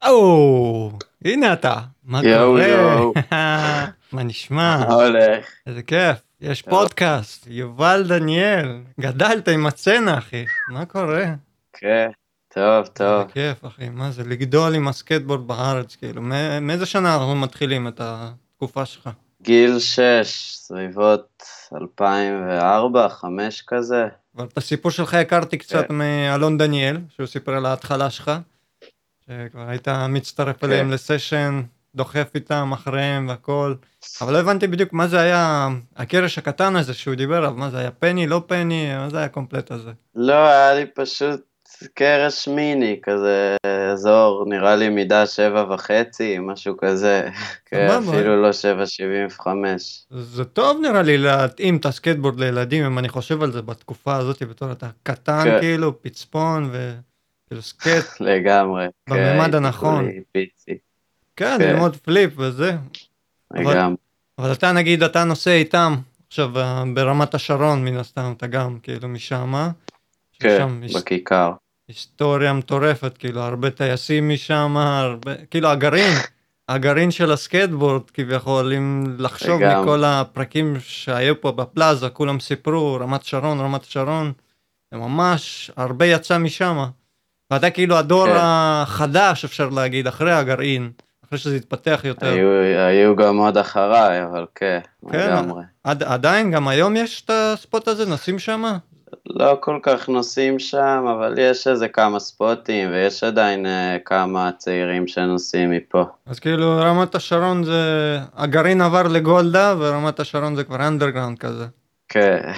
הנה אתה, מה יואו קורה? יואו, מה נשמע? מה הולך? איזה כיף, יש טוב, פודקאסט, יובל דניאל, גדלת עם הצנע אחי, מה קורה? כן, טוב, איזה טוב. כיף אחי, מה זה לגדול עם הסקטבורד בארץ, כאילו, מאיזה שנה אנחנו מתחילים את התקופה שלך? גיל 6, סביבות 2004, 5 כזה. אבל את הסיפור שלך הכרתי כן, קצת מאלון דניאל, שהוא סיפר על ההתחלה שלך, שכבר היית מצטרף כן. אליהם לסשן, דוחף איתם אחריהם והכל, אבל לא הבנתי בדיוק מה זה היה הקרש הקטן הזה שהוא דיבר עליו, מה זה היה פני, לא פני, מה זה היה קומפלט הזה? לא, היה לי פשוט קרש מיני, כזה אזור, נראה לי מידה 7.5, משהו כזה. כן, סבבה, אפילו לא 7.75. זה טוב נראה לי להתאים את הסקייטבורד לילדים, אם אני חושב על זה בתקופה הזאת, בתור אתה קטן כן, כאילו, פצפון וכאילו סקייט לגמרי. כן, בממד הייתי הנכון, כולי פיצי. כן, כן, ללמוד פליפ וזה, אבל, לגמרי. אבל אתה נגיד, אתה נוסע איתם, עכשיו ברמת השרון מן הסתם, אתה גם כאילו משם, כן, ששם יש בכיכר. היסטוריה מטורפת, כאילו הרבה טייסים משם, הרבה, כאילו הגרעין של הסקייטבורד, כביכול, אם לחשוב לגמרי. מכל הפרקים שהיו פה בפלאזה, כולם סיפרו, רמת השרון, זה ממש הרבה יצא משם, ואתה כאילו הדור כן. החדש, אפשר להגיד, אחרי הגרעין, אחרי שזה התפתח יותר. היו גם עוד אחריי, אבל כן, כן, לגמרי. עדיין, גם היום יש את הספוט הזה, נשים שם? לא כל כך נוסעים שם, אבל יש איזה כמה ספוטים, ויש עדיין כמה צעירים שנוסעים מפה. אז כאילו רמת השרון זה, הגרעין עבר לגולדה, ורמת השרון זה כבר אנדרגראונד כזה. כן,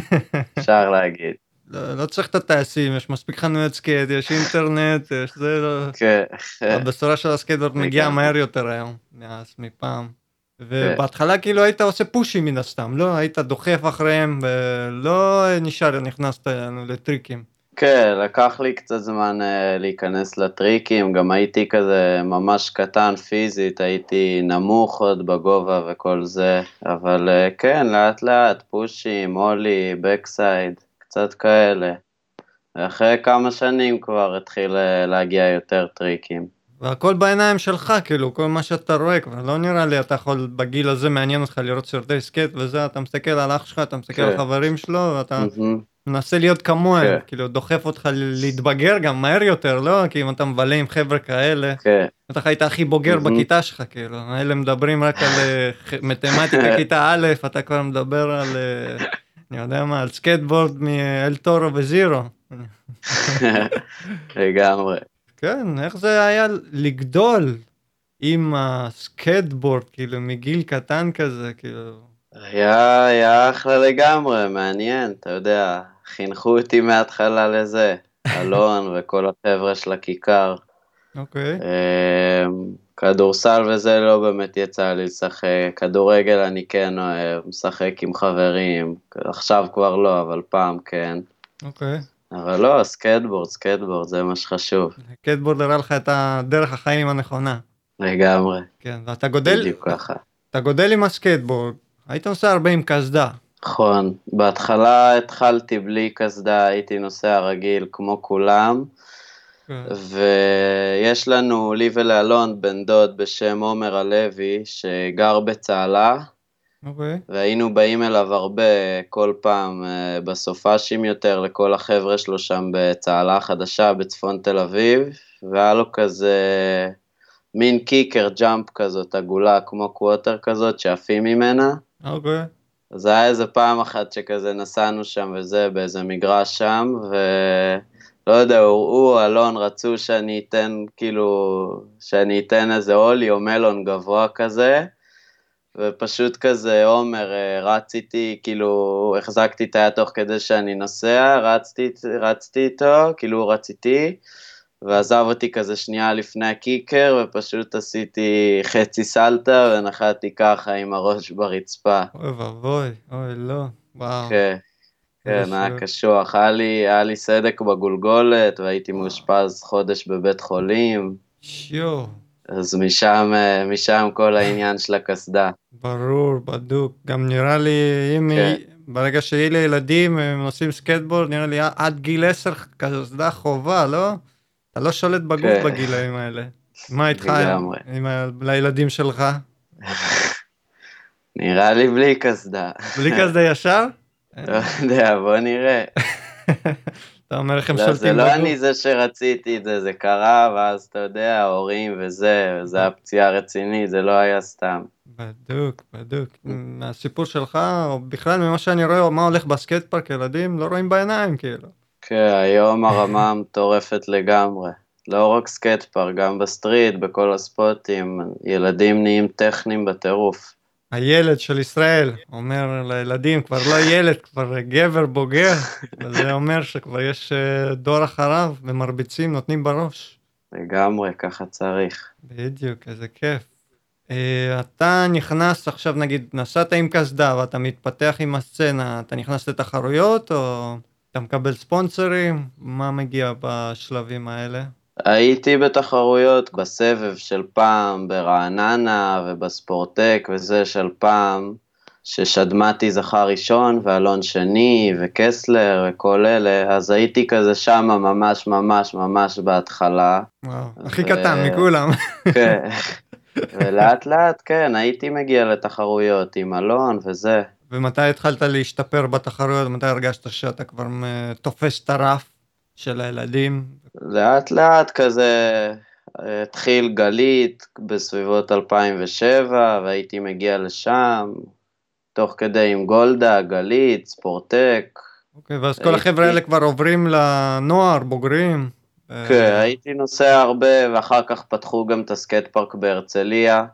אפשר להגיד. לא צריך את הטייסים, יש מספיק חנויות סקייט, יש אינטרנט, יש זה, לא... כן, הבשורה של הסקייטבורד מגיעה לגמרי, מהר יותר היום, מאז, מפעם. כן. ובהתחלה כאילו היית עושה פושים מן הסתם, לא? היית דוחף אחריהם, ולא נשאר, נכנסת לטריקים. כן, לקח לי קצת זמן להיכנס לטריקים, גם הייתי כזה ממש קטן פיזית, הייתי נמוך עוד בגובה וכל זה, אבל כן, לאט לאט, פושים, הולי, בקסייד, קצת כאלה. ואחרי כמה שנים כבר התחיל להגיע יותר טריקים. והכל בעיניים שלך, כאילו, כל מה שאתה רואה, כבר לא נראה לי, אתה יכול בגיל הזה מעניין אותך לראות סרטי סקייט וזה, אתה מסתכל על אח שלך, אתה מסתכל על כן, חברים שלו, ואתה מהמם, מנסה להיות כמוהם, כן, כאילו, דוחף אותך להתבגר גם מהר יותר, לא? כי אם אתה מבלה עם חבר'ה כאלה, כן, בטח היית הכי בוגר מהמם. בכיתה שלך, כאילו, האלה מדברים רק על מתמטיקה כיתה א', אתה כבר מדבר על, אני יודע מה, על סקייטבורד מאל טורו וזירו. לגמרי. כן, איך זה היה לגדול עם הסקייטבורד, כאילו, מגיל קטן כזה, כאילו. היה אחלה לגמרי, מעניין, אתה יודע, חינכו אותי מההתחלה לזה, אלון וכל החבר'ה של הכיכר. אוקיי. כדורסל וזה לא באמת יצא לי לשחק, כדורגל אני כן אוהב, משחק עם חברים, עכשיו כבר לא, אבל פעם כן. אוקיי. אבל לא, סקייטבורד, זה מה שחשוב, סקייטבורד הראה לך את הדרך החיים הנכונה. לגמרי, כן, ואתה גודל, בדיוק ככה. אתה גודל עם הסקייטבורד, היית נוסע הרבה עם קסדה. נכון, בהתחלה התחלתי בלי קסדה, הייתי נוסע רגיל כמו כולם, כן. ויש לנו, לי ולאלון, בן דוד בשם עומר הלוי, שגר בצהלה, אוקיי. והיינו באים אליו הרבה, כל פעם, בסופאשים יותר, לכל החבר'ה שלו שם בצהלה חדשה, בצפון תל אביב, והיה לו כזה מין קיקר ג'אמפ כזאת, עגולה כמו קווטר כזאת, שעפים ממנה, אוקיי. אז היה איזה פעם אחת שכזה נסענו שם וזה, באיזה מגרש שם, ולא יודע, אלון, רצו שאני אתן, כאילו, שאני אתן איזה אולי או מלון גבוה כזה, ופשוט כזה, עומר, רציתי, כאילו, החזקתי את היד תוך כדי שאני נוסע, רצתי איתו, כאילו רציתי, ועזב אותי כזה שנייה לפני הקיקר, ופשוט עשיתי חצי סלטה, ונחתי ככה עם הראש ברצפה. אוי ואבוי, אוי לא, וואו, כן, איזה כן, היה שיר. קשוח, היה לי סדק בגולגולת, והייתי מאושפז חודש בבית חולים, שיו, אז משם כל העניין של הקסדה. ברור, בדוק, גם נראה לי, אם כן, ברגע שיהיה לי ילדים, הם נוסעים סקייטבורד, נראה לי עד גיל 10 קסדה חובה, לא? אתה לא שולט בגוף כן, בגילאים האלה. מה איתך לגמרי. לילדים שלך? נראה לי בלי קסדה. בלי כזה ישר? לא יודע, בוא נראה. אתה אומר איך הם לא, זה שולטים לא בגוף. אני זה שרציתי את זה, זה קרה, ואז אתה יודע, ההורים וזה היה פציעה רצינית, זה לא היה סתם. בדוק, בדוק. מהסיפור שלך, או בכלל ממה שאני רואה, מה הולך בסקייט פארק, ילדים לא רואים בעיניים, כאילו. כן, היום הרמה מטורפת לגמרי. לא רק סקייט פארק, גם בסטריט, בכל הספוטים, ילדים נהיים טכניים בטירוף. הילד של ישראל אומר לילדים, כבר לא ילד, כבר גבר בוגר, וזה אומר שכבר יש דור אחריו, ומרביצים, נותנים בראש. לגמרי, ככה צריך. בדיוק, איזה כיף. אתה נכנס עכשיו, נגיד, נסעת עם קסדה, ואתה מתפתח עם הסצנה, אתה נכנס לתחרויות, או אתה מקבל ספונסרים? מה מגיע בשלבים האלה? הייתי בתחרויות בסבב של פעם, ברעננה ובספורטק וזה של פעם, ששדמתי זכה ראשון ואלון שני וקסלר וכל אלה, אז הייתי כזה שם ממש ממש ממש בהתחלה. וואו, הכי קטן מכולם. כן, ולאט לאט כן, הייתי מגיע לתחרויות עם אלון וזה. ומתי התחלת להשתפר בתחרויות? מתי הרגשת שאתה כבר תופס את הרף של הילדים? לאט לאט כזה התחיל גלית בסביבות 2007 והייתי מגיע לשם, תוך כדי עם גולדה, גלית, ספורטק. אוקיי, ואז כל החבר'ה האלה כבר עוברים לנוער, בוגרים? כן, הייתי נוסע הרבה ואחר כך פתחו גם את הסקייט פארק בהרצליה,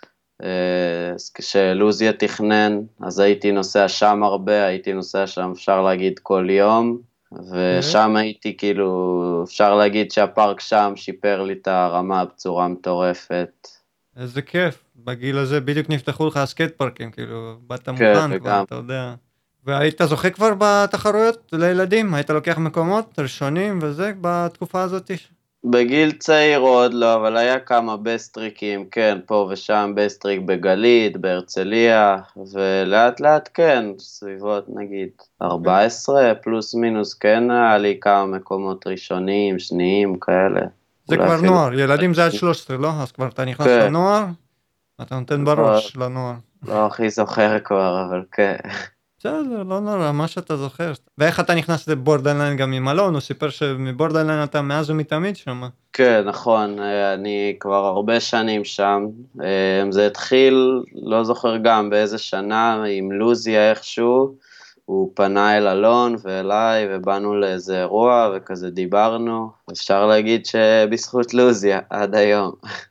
כשלוזיה תכנן, אז הייתי נוסע שם הרבה, הייתי נוסע שם אפשר להגיד כל יום. ושם הייתי כאילו, אפשר להגיד שהפארק שם שיפר לי את הרמה בצורה מטורפת. איזה כיף, בגיל הזה בדיוק נפתחו לך הסקייט פארקים, כאילו, באת מוכן כבר, אתה יודע. והיית זוכה כבר בתחרויות לילדים? היית לוקח מקומות ראשונים וזה בתקופה הזאת? בגיל צעיר עוד לא, אבל היה כמה בסטריקים, כן, פה ושם בסטריק בגלית, בהרצליה, ולאט לאט כן, סביבות נגיד 14 פלוס מינוס, כן, היה לי כמה מקומות ראשונים, שניים, כאלה. זה כבר נוער, ילדים זה עד 13, לא? אז כבר אתה נכנס לנוער, אתה נותן בראש לנוער. לא הכי זוכר כבר, אבל כן. בסדר, לא נורא, מה שאתה זוכר. ואיך אתה נכנס לבורדרליין גם עם אלון? הוא סיפר שמבורדרליין אתה מאז ומתמיד שם. כן, נכון, אני כבר הרבה שנים שם. זה התחיל, לא זוכר גם באיזה שנה, עם לוזיה איכשהו. הוא פנה אל אלון ואליי, ובאנו לאיזה אירוע, וכזה דיברנו. אפשר להגיד שבזכות לוזיה, עד היום.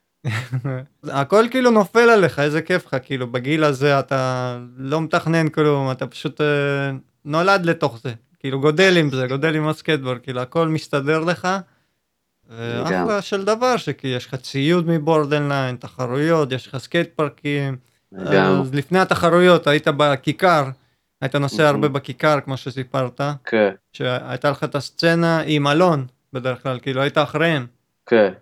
הכל כאילו נופל עליך, איזה כיף לך, כאילו בגיל הזה אתה לא מתכנן כלום, אתה פשוט נולד לתוך זה, כאילו גודל עם זה, גודל עם הסקייטבורד, כאילו הכל מסתדר לך, ואחלה של דבר, שכי יש לך ציוד מבורדרליין, תחרויות, יש לך סקייט פארקים, אז לפני התחרויות היית בכיכר, היית נוסע הרבה בכיכר כמו שסיפרת, שהייתה לך את הסצנה עם אלון בדרך כלל, כאילו היית אחריהם. כן.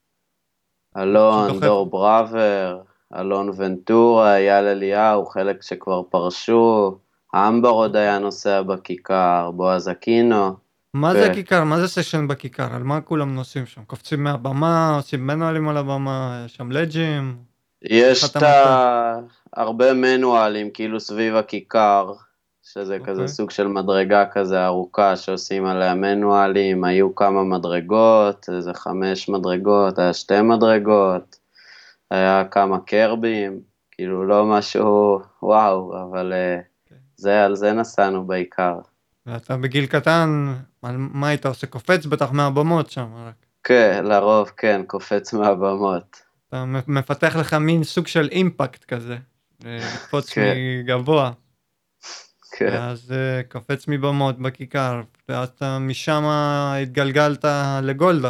אלון, דור בראבר, אלון ונטורה, אייל אליהו, חלק שכבר פרשו, אמבר עוד היה נוסע בכיכר, בועז אקינו. מה זה הכיכר? מה זה סשן בכיכר? על מה כולם נוסעים שם? קופצים מהבמה, עושים מנואלים על הבמה, שם לג'ים? יש את הרבה מנואלים כאילו סביב הכיכר, שזה כזה סוג של מדרגה כזה ארוכה שעושים עליה מנואלים, היו כמה מדרגות, איזה 5 מדרגות, היה 2 מדרגות, היה כמה קרבים, כאילו לא משהו וואו, אבל על זה נסענו בעיקר. ואתה בגיל קטן, מה היית עושה? קופץ בטח מהבמות שם רק. כן, לרוב כן, קופץ מהבמות. אתה מפתח לך מין סוג של אימפקט כזה, לקפוץ מגבוה. ואז קופץ מבמות בכיכר, ואז משם התגלגלת לגולדה.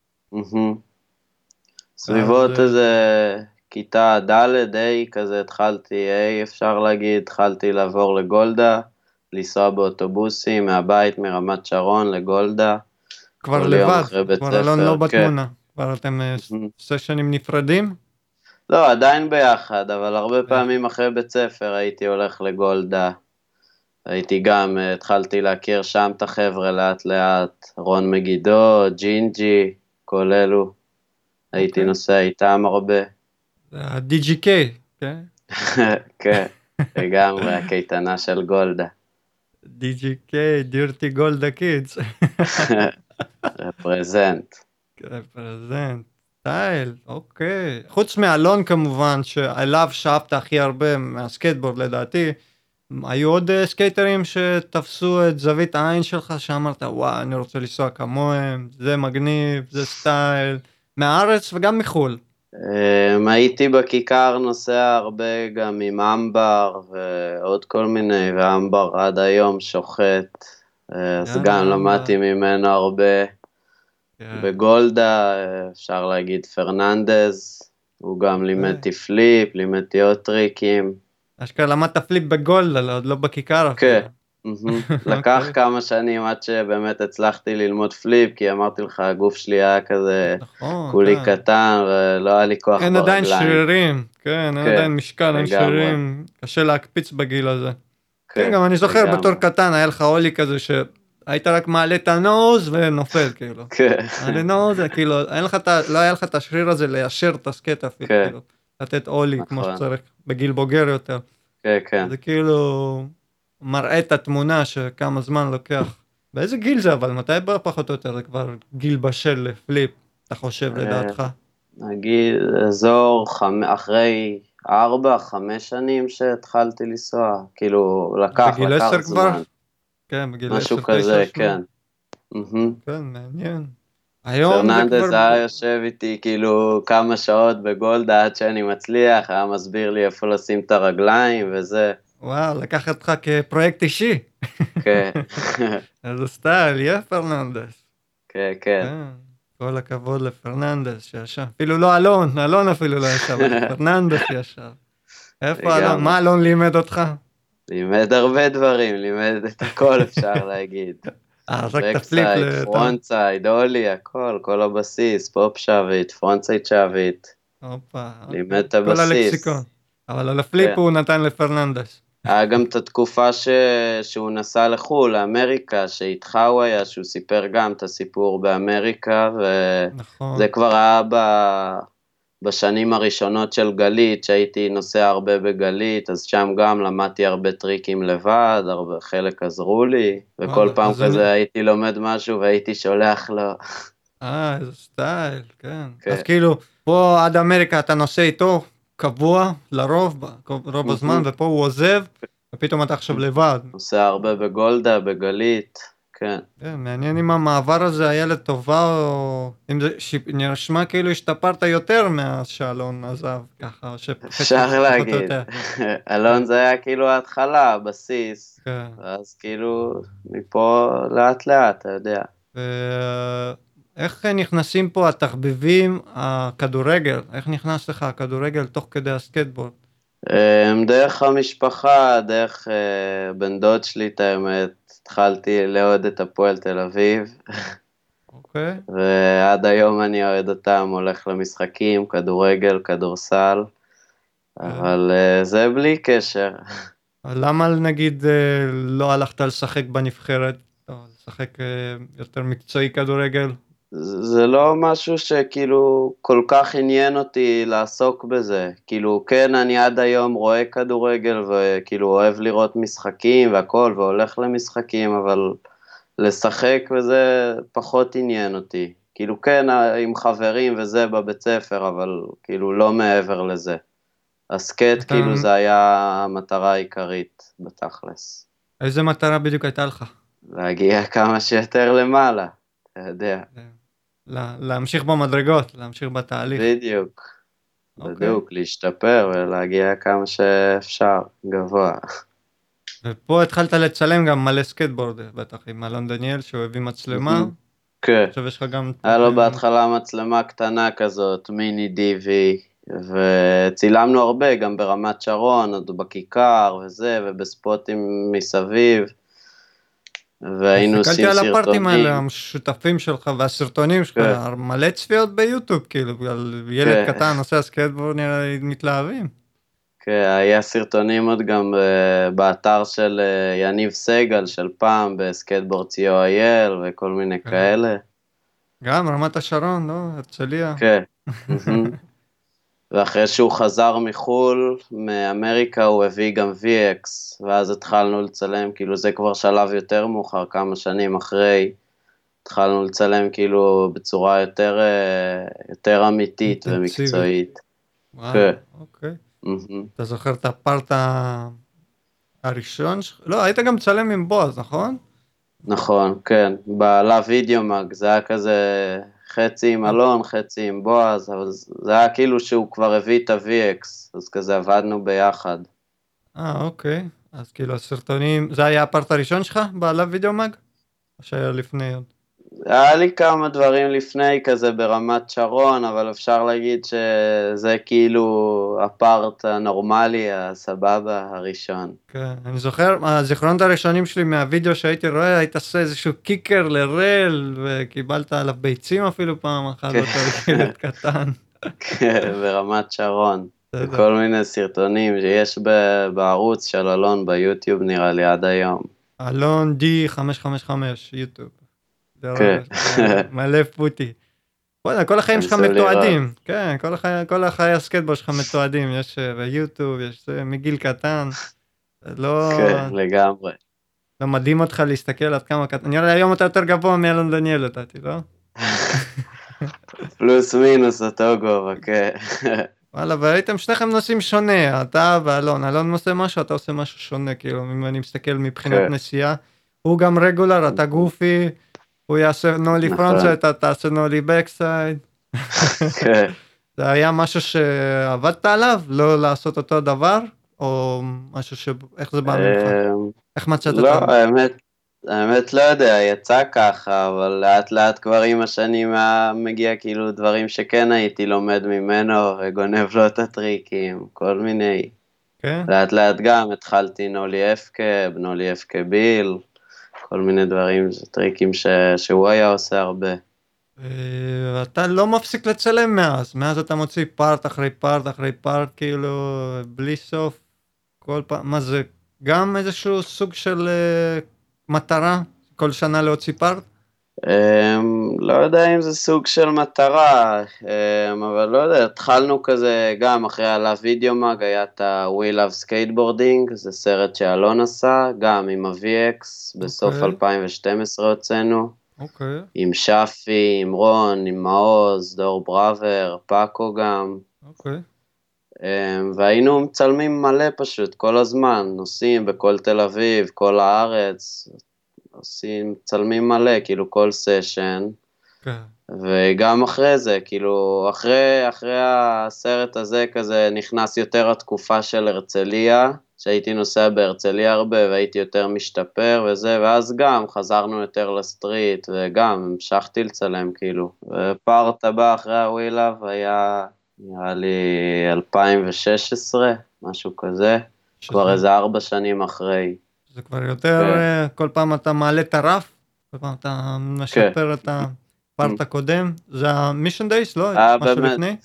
סביבות איזה כיתה ד' A כזה התחלתי, אפשר להגיד, התחלתי לעבור לגולדה, לנסוע באוטובוסים מהבית מרמת שרון לגולדה. כבר לבד, כבר אלון לא בתמונה, כבר אתם סשנים נפרדים? לא, עדיין ביחד, אבל הרבה פעמים אחרי בית ספר הייתי הולך לגולדה. הייתי גם, התחלתי להכיר שם את החבר'ה לאט לאט, רון מגידו, ג'ינג'י, כל אלו. הייתי נוסע איתם הרבה. ה-DGK, כן? כן, לגמרי, הקייטנה של גולדה. DGK, דירטי גולדה קידס. רפרזנט. פרזנט, סטייל, אוקיי. חוץ מאלון כמובן, שעליו שאפת הכי הרבה מהסקייטבורד לדעתי, היו עוד סקייטרים שתפסו את זווית העין שלך, שאמרת, וואו, אני רוצה לנסוע כמוהם, זה מגניב, זה סטייל, מהארץ וגם מחול. הייתי בכיכר נוסע הרבה גם עם אמבר ועוד כל מיני, ואמבר עד היום שוחט, אז גם למדתי ממנו הרבה. בגולדה אפשר להגיד פרננדז, הוא גם לימד אותי פליפ, לימד אותי עוד טריקים. אשכרה למדת פליפ בגולדה, עוד לא בכיכר אפילו. כן, לקח כמה שנים עד שבאמת הצלחתי ללמוד פליפ, כי אמרתי לך, הגוף שלי היה כזה כולי קטן, ולא היה לי כוח ברגליים. אין עדיין שרירים, כן, אין עדיין משקל, אין שרירים, קשה להקפיץ בגיל הזה. כן, גם אני זוכר בתור קטן, היה לך אולי כזה שהיית רק מעלה את הנוז ונופל, כאילו. מעלה נוז, כאילו, לא היה לך את השריר הזה ליישר את הסקט אפילו, כאילו, לתת אולי כמו שצריך, בגיל בוגר יותר. כן, כן. זה כאילו מראה את התמונה שכמה זמן לוקח. באיזה גיל זה אבל? מתי בא פחות או יותר? זה כבר גיל בשל לפליפ, אתה חושב לדעתך? נגיד, אזור אחרי 4-5 שנים שהתחלתי לנסוע, כאילו לקח זמן. כן, בגיל 10, משהו כזה, כן. כן, מעניין. פרננדס היה יושב איתי כאילו כמה שעות בגולדה עד שאני מצליח, היה מסביר לי איפה לשים את הרגליים וזה. וואו, לקח אותך כפרויקט אישי. כן. איזה סטייל, יא פרננדס. כן, כן. כל הכבוד לפרננדס שישב. אפילו לא אלון אפילו לא ישב, פרננדס ישב. איפה אלון? מה אלון לימד אותך? לימד הרבה דברים, לימד את הכל אפשר להגיד. בקסייד, פרונטסייד, אולי, הכל, כל הבסיס, פופ שווית, פרונטסייד שווית. לימד את הבסיס. אבל על הפליפ הוא נתן לפרננדס. היה גם את התקופה שהוא נסע לחול, לאמריקה, שאיתך הוא היה, שהוא סיפר גם את הסיפור באמריקה, וזה כבר היה בשנים הראשונות של גלית, שהייתי נוסע הרבה בגלית, אז שם גם למדתי הרבה טריקים לבד, חלק עזרו לי, וכל פעם כזה הייתי לומד משהו והייתי שולח לו. איזה סטייל, כן. אז כאילו, פה עד אמריקה אתה נוסע איתו קבוע לרוב, רוב הזמן, ופה הוא עוזב, ופתאום אתה עכשיו לבד. נוסע הרבה בגולדה, בגלית, כן. מעניין אם המעבר הזה היה לטובה, או אם זה נשמע כאילו השתפרת יותר מהשאלון עזב, ככה, אפשר להגיד. אלון זה היה כאילו ההתחלה, הבסיס, אז כאילו מפה לאט לאט, אתה יודע. איך נכנסים פה התחביבים, הכדורגל? איך נכנס לך הכדורגל תוך כדי הסקייטבורד? דרך המשפחה, דרך בן דוד שלי, את האמת, התחלתי לאוהד את הפועל תל אביב. אוקיי. ועד היום אני אוהד אותם, הולך למשחקים, כדורגל, כדורסל, אבל זה בלי קשר. למה נגיד לא הלכת לשחק בנבחרת, או לשחק יותר מקצועי כדורגל? זה לא משהו שכאילו כל כך עניין אותי לעסוק בזה, כאילו כן אני עד היום רואה כדורגל וכאילו אוהב לראות משחקים והכל והולך למשחקים, אבל לשחק וזה פחות עניין אותי, כאילו כן עם חברים וזה בבית ספר, אבל כאילו לא מעבר לזה. הסקט כאילו זה היה המטרה העיקרית בתכלס. איזה מטרה בדיוק הייתה לך? להגיע כמה שיותר למעלה, אתה יודע. להמשיך במדרגות, להמשיך בתהליך. בדיוק, להשתפר ולהגיע כמה שאפשר, גבוה. ופה התחלת לצלם גם מלא סקייטבורד, בטח עם אלון דניאל שהוא הביא מצלמה. כן. עכשיו יש לך גם... היה לו בהתחלה מצלמה קטנה כזאת, מיני דיווי, וצילמנו הרבה, גם ברמת שרון, עוד בכיכר וזה, ובספוטים מסביב. והיינו עושים סרטונים. הסתכלתי על הפרטים האלה, המשותפים שלך והסרטונים שלך, מלא צפיות ביוטיוב, כאילו, ילד קטן עושה סקייטבורד, נראה לי מתלהבים. כן, היה סרטונים עוד גם באתר של יניב סגל, של פעם, בסקייטבורד co.il וכל מיני כאלה. גם רמת השרון, לא? הרצליה. כן. מהמם. ואחרי שהוא חזר מחול, מאמריקה הוא הביא גם VX, ואז התחלנו לצלם, כאילו זה כבר שלב יותר מאוחר, כמה שנים אחרי, התחלנו לצלם כאילו בצורה יותר אמיתית אינטנסיבית. ומקצועית. וואלה, כן. אוקיי. מהמם. אתה זוכר את הפארט הראשון שלך? לא, היית גם מצלם עם בועז, נכון? נכון, כן, בלהב וידאו מג, זה היה כזה חצי עם אלון, חצי עם בועז, אבל זה היה כאילו שהוא כבר הביא את ה-VX, אז כזה עבדנו ביחד. אוקיי. אז כאילו הסרטונים, זה היה הפארט הראשון שלך בעליו וידאו מג? או שהיה לפני עוד? היה לי כמה דברים לפני כזה ברמת שרון, אבל אפשר להגיד שזה כאילו הפארט הנורמלי, הסבבה, הראשון. כן, אני זוכר, הזיכרונות הראשונים שלי מהווידאו שהייתי רואה, היית עושה איזשהו קיקר לרל, וקיבלת עליו ביצים אפילו פעם אחת כן, בתור ילד קטן. כן, ברמת שרון. בסדר. וכל מיני סרטונים שיש בערוץ של אלון ביוטיוב נראה לי עד היום. אלון D555 יוטיוב. כן. מלא פוטי. וואלה, כל החיים שלך כנסו לראות. מתועדים. כן, כל החיי הסקייטבורד שלך מתועדים. יש ביוטיוב, יש זה מגיל קטן. לא, כן, לגמרי. לא מדהים אותך להסתכל עד כמה קטן. נראה לי היום אתה יותר גבוה מאלון דניאל לדעתי, לא? פלוס מינוס אותו גובה, כן. וואלה, והייתם שניכם נושאים שונה, אתה ואלון. אלון עושה משהו, אתה עושה משהו שונה, כאילו, אם אני מסתכל מבחינת כן, נסיעה. הוא גם רגולר, אתה גופי, הוא יעשה נולי נכון. פרונטסייד, אתה תעשה נולי בקסייד. כן. זה היה משהו שעבדת עליו, לא לעשות אותו דבר, או משהו איך זה בא ממך? איך מצאת את לא, האמת לא יודע, יצא ככה, אבל לאט לאט כבר עם השנים מגיע כאילו דברים שכן הייתי לומד ממנו וגונב לו את הטריקים, כל מיני. כן? לאט לאט גם התחלתי נולי אפקה, נולי אפקה ביל, כל מיני דברים, טריקים שהוא היה עושה הרבה. אתה לא מפסיק לצלם מאז אתה מוציא פארט אחרי פארט אחרי פארט, כאילו, בלי סוף, כל פעם, מה זה, גם איזשהו סוג של מטרה, כל שנה להוציא פארט? לא יודע אם זה סוג של מטרה, אבל לא יודע, התחלנו כזה, גם אחרי הלהב וידאו מג, היה את ה-We Love Skateboarding, זה סרט שאלון עשה, גם עם ה-VX, בסוף אוקיי, 2012 הוצאנו, אוקיי, עם שפי, עם רון, עם מעוז, דור בראבר, פאקו גם, אוקיי. והיינו מצלמים מלא פשוט, כל הזמן, נוסעים בכל תל אביב, כל הארץ, עושים, מצלמים מלא, כאילו כל סשן, כן. וגם אחרי זה, כאילו, אחרי הסרט הזה כזה נכנס יותר התקופה של הרצליה, שהייתי נוסע בהרצליה הרבה והייתי יותר משתפר וזה, ואז גם חזרנו יותר לסטריט, וגם המשכתי לצלם כאילו. ופארט הבא אחרי הווילאב היה נראה לי 2016, משהו כזה, כבר שזה איזה 4 שנים אחרי. זה כבר יותר, כן, כל פעם אתה מעלה את הרף, כל פעם אתה כן. משפר את הפארט הקודם, זה המישן דייס, לא? משהו באמת, לפני?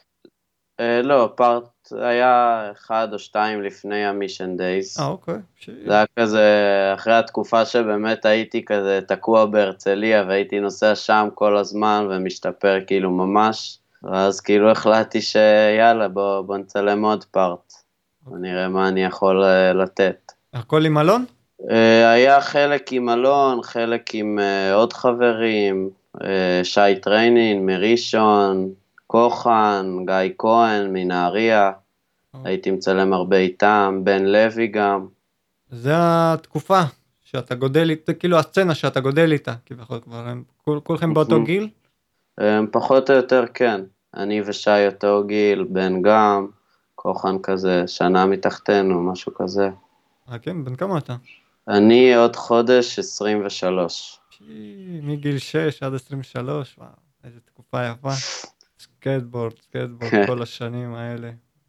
לא, פארט היה 1 או 2 לפני המישן דייס. אוקיי. זה היה כזה, אחרי התקופה שבאמת הייתי כזה תקוע בהרצליה, והייתי נוסע שם כל הזמן ומשתפר כאילו ממש, ואז כאילו החלטתי שיאללה, בוא נצלם עוד פארט, ונראה מה אני יכול לתת. הכל עם אלון? היה חלק עם אלון, חלק עם עוד חברים, שי טריינין מראשון, כוחן, גיא כהן מנהריה, הייתי מצלם הרבה איתם, בן לוי גם. זה התקופה שאתה גודל איתה, כאילו הסצנה שאתה גודל איתה, כביכול כבר הם כולכם באותו גיל? פחות או יותר כן, אני ושי אותו גיל, בן גם, כוחן כזה, שנה מתחתנו, משהו כזה. כן, בן כמה אתה? אני עוד חודש 23. מגיל 6 עד 23, וואו, איזה תקופה יפה. סקייטבורד, כל השנים האלה.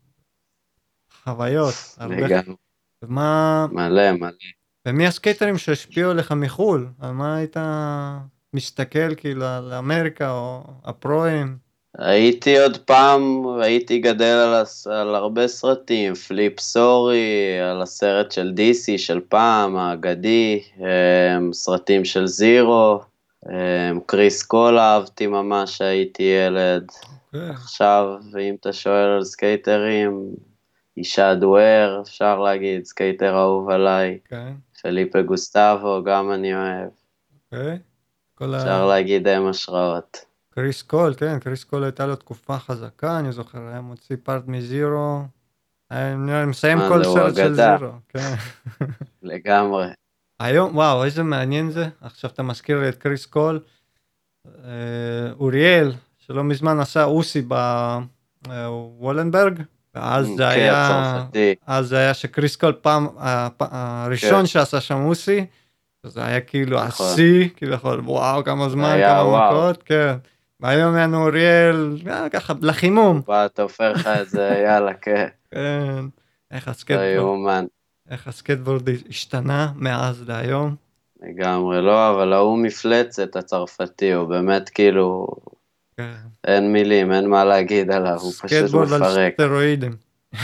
חוויות, הרבה. לגמרי, ומה, מלא מלא. ומי הסקייטרים שהשפיעו עליך מחול? על מה היית מסתכל, כאילו, על אמריקה או הפרוים? הייתי עוד פעם, הייתי גדל על הרבה סרטים, פליפ סורי, על הסרט של DC של פעם, האגדי, סרטים של זירו, קריס קול אהבתי ממש, הייתי ילד. אוקיי. עכשיו, ואם אתה שואל על סקייטרים, אישה דואר, אפשר להגיד, סקייטר אהוב עליי. כן, פליפה גוסטבו, גם אני אוהב. אוקיי. כל אפשר להגיד הם השראות. קריס קול, כן, קריס קול הייתה לו תקופה חזקה, אני זוכר, היה מוציא פארט מזירו, אני מסיים מה כל זה, הוא סרט של אגדה, זירו, כן. לגמרי. היום, וואו, איזה מעניין זה, עכשיו אתה מזכיר לי את קריס קול, אוריאל, שלא מזמן עשה אוסי בוולנברג, ואז זה כן, היה, צרפתי. אז זה היה שקריס קול פעם, הראשון כן, שעשה שם אוסי, זה היה כאילו נכון. השיא, כאילו, וואו, כמה זה זמן, היה כמה וואו. מכות, כן. והיום יענו אוריאל, ככה, לחימום. הוא בא, תופר לך את זה, יאללה, כן. כן, לא יאומן. איך הסקטבורד השתנה מאז להיום. לגמרי, לא, אבל ההוא מפלצת הצרפתי, הוא באמת כאילו, כן. אין מילים, אין מה להגיד עליו, הוא פשוט סקטבורד על מפרק. סטרואידים.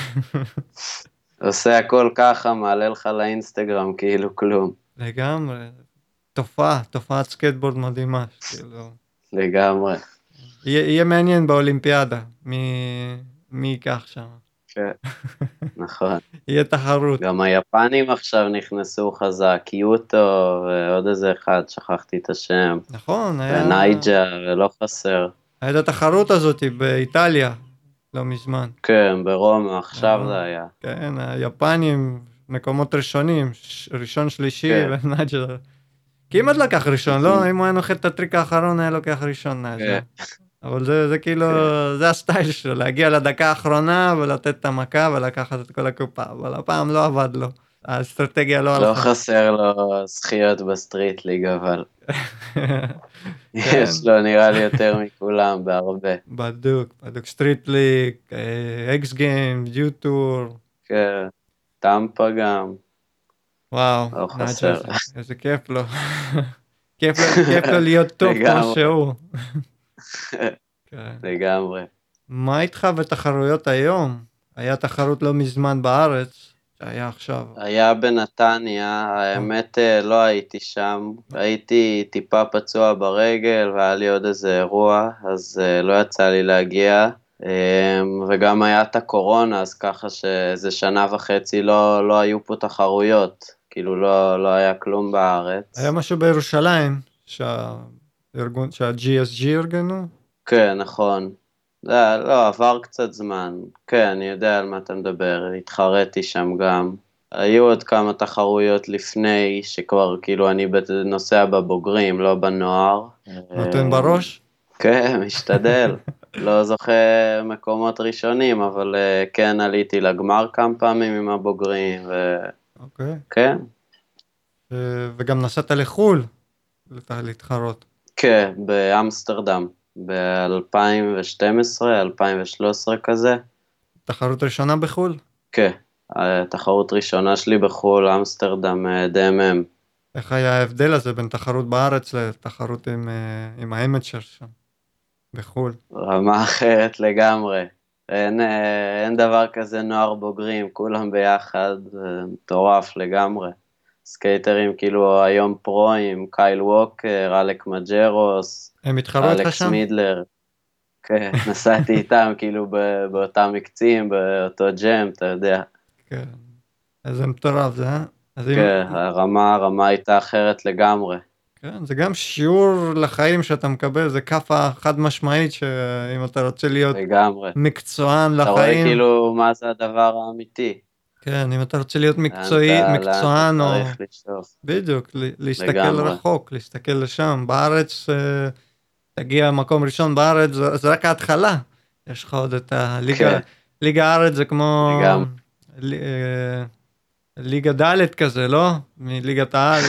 עושה הכל ככה, מעלה לך לאינסטגרם כאילו כלום. לגמרי. תופעת סקטבורד מדהימה. כאילו. לגמרי. יהיה מעניין באולימפיאדה, מי ייקח שם. כן, נכון. יהיה תחרות. גם היפנים עכשיו נכנסו חזק, קיוטו ועוד איזה אחד, שכחתי את השם. נכון, ונייג'ה, ולא חסר. הייתה תחרות הזאת באיטליה, לא מזמן. כן, ברומא, עכשיו זה היה. כן, היפנים, מקומות ראשונים, ראשון, שלישי, כן. ונאג'ר. כמעט לקח ראשון, לא? אם הוא היה נוחת את הטריק האחרון, היה לוקח ראשון נאג'ר. כן. אבל זה כאילו, זה הסטייל שלו, להגיע לדקה האחרונה ולתת את המכה ולקחת את כל הקופה, אבל הפעם לא עבד לו. האסטרטגיה לא לא הלכה. חסר לו זכיות בסטריט ליג, אבל כן, יש לו נראה לי יותר מכולם, בהרבה. בדוק, סטריט ליג, אקס גיים, יוטור. כן, טמפה גם, וואו, לא נאג'ר, חסר. איזה כיף לו. כיף לו להיות טוב כמו לגמרי. שהוא. כן. לגמרי. מה איתך בתחרויות היום? היה תחרות לא מזמן בארץ, שהיה עכשיו. היה בנתניה, האמת לא הייתי שם, הייתי טיפה פצוע ברגל והיה לי עוד איזה אירוע, אז לא יצא לי להגיע, וגם היה את הקורונה, אז ככה שאיזה שנה וחצי לא היו פה תחרויות, כאילו לא היה כלום בארץ. היה משהו בירושלים, שה-GSG ארגנו? כן, נכון. לא, עבר קצת זמן. כן, אני יודע על מה אתה מדבר, התחרתי שם גם. היו עוד כמה תחרויות לפני, שכבר כאילו אני נוסע בבוגרים, לא בנוער. נותן בראש? כן, משתדל. לא זוכה מקומות ראשונים, אבל כן עליתי לגמר כמה פעמים עם הבוגרים, אוקיי. כן. וגם נסעת לחו"ל להתחרות. כן, באמסטרדם, ב-2012, 2013 כזה. תחרות ראשונה בחו"ל? כן, התחרות ראשונה שלי בחו"ל, אמסטרדם, DMM. איך היה ההבדל הזה בין תחרות בארץ לתחרות עם האמצ'ר שם, בחו"ל? רמה אחרת לגמרי. אין דבר כזה נוער בוגרים, כולם ביחד, מטורף לגמרי. סקייטרים כאילו היום פרוים, קייל ווקר, אלק מג'רוס, הם התחרו איתך אלכס שם? מידלר. כן, נסעתי איתם כאילו באותם מקצים, באותו ג'ם, אתה יודע. כן. איזה מטורף זה, אה? כן, הרמה הייתה אחרת לגמרי. כן, זה גם שיעור לחיים שאתה מקבל, זה כאפה חד משמעית שאם אתה רוצה להיות לגמרי. מקצוען אתה רואה לחיים, כאילו מה זה הדבר האמיתי. כן, אם אתה רוצה להיות לאן מקצוען אתה או צריך לשאוף. בדיוק, להסתכל לגמרי. רחוק, להסתכל לשם, בארץ, תגיע מקום ראשון בארץ, זה רק ההתחלה, יש לך עוד את הליגה, כן. ליגה הארץ זה כמו לגמרי. ליגה ד' כזה, לא? מליגת העל.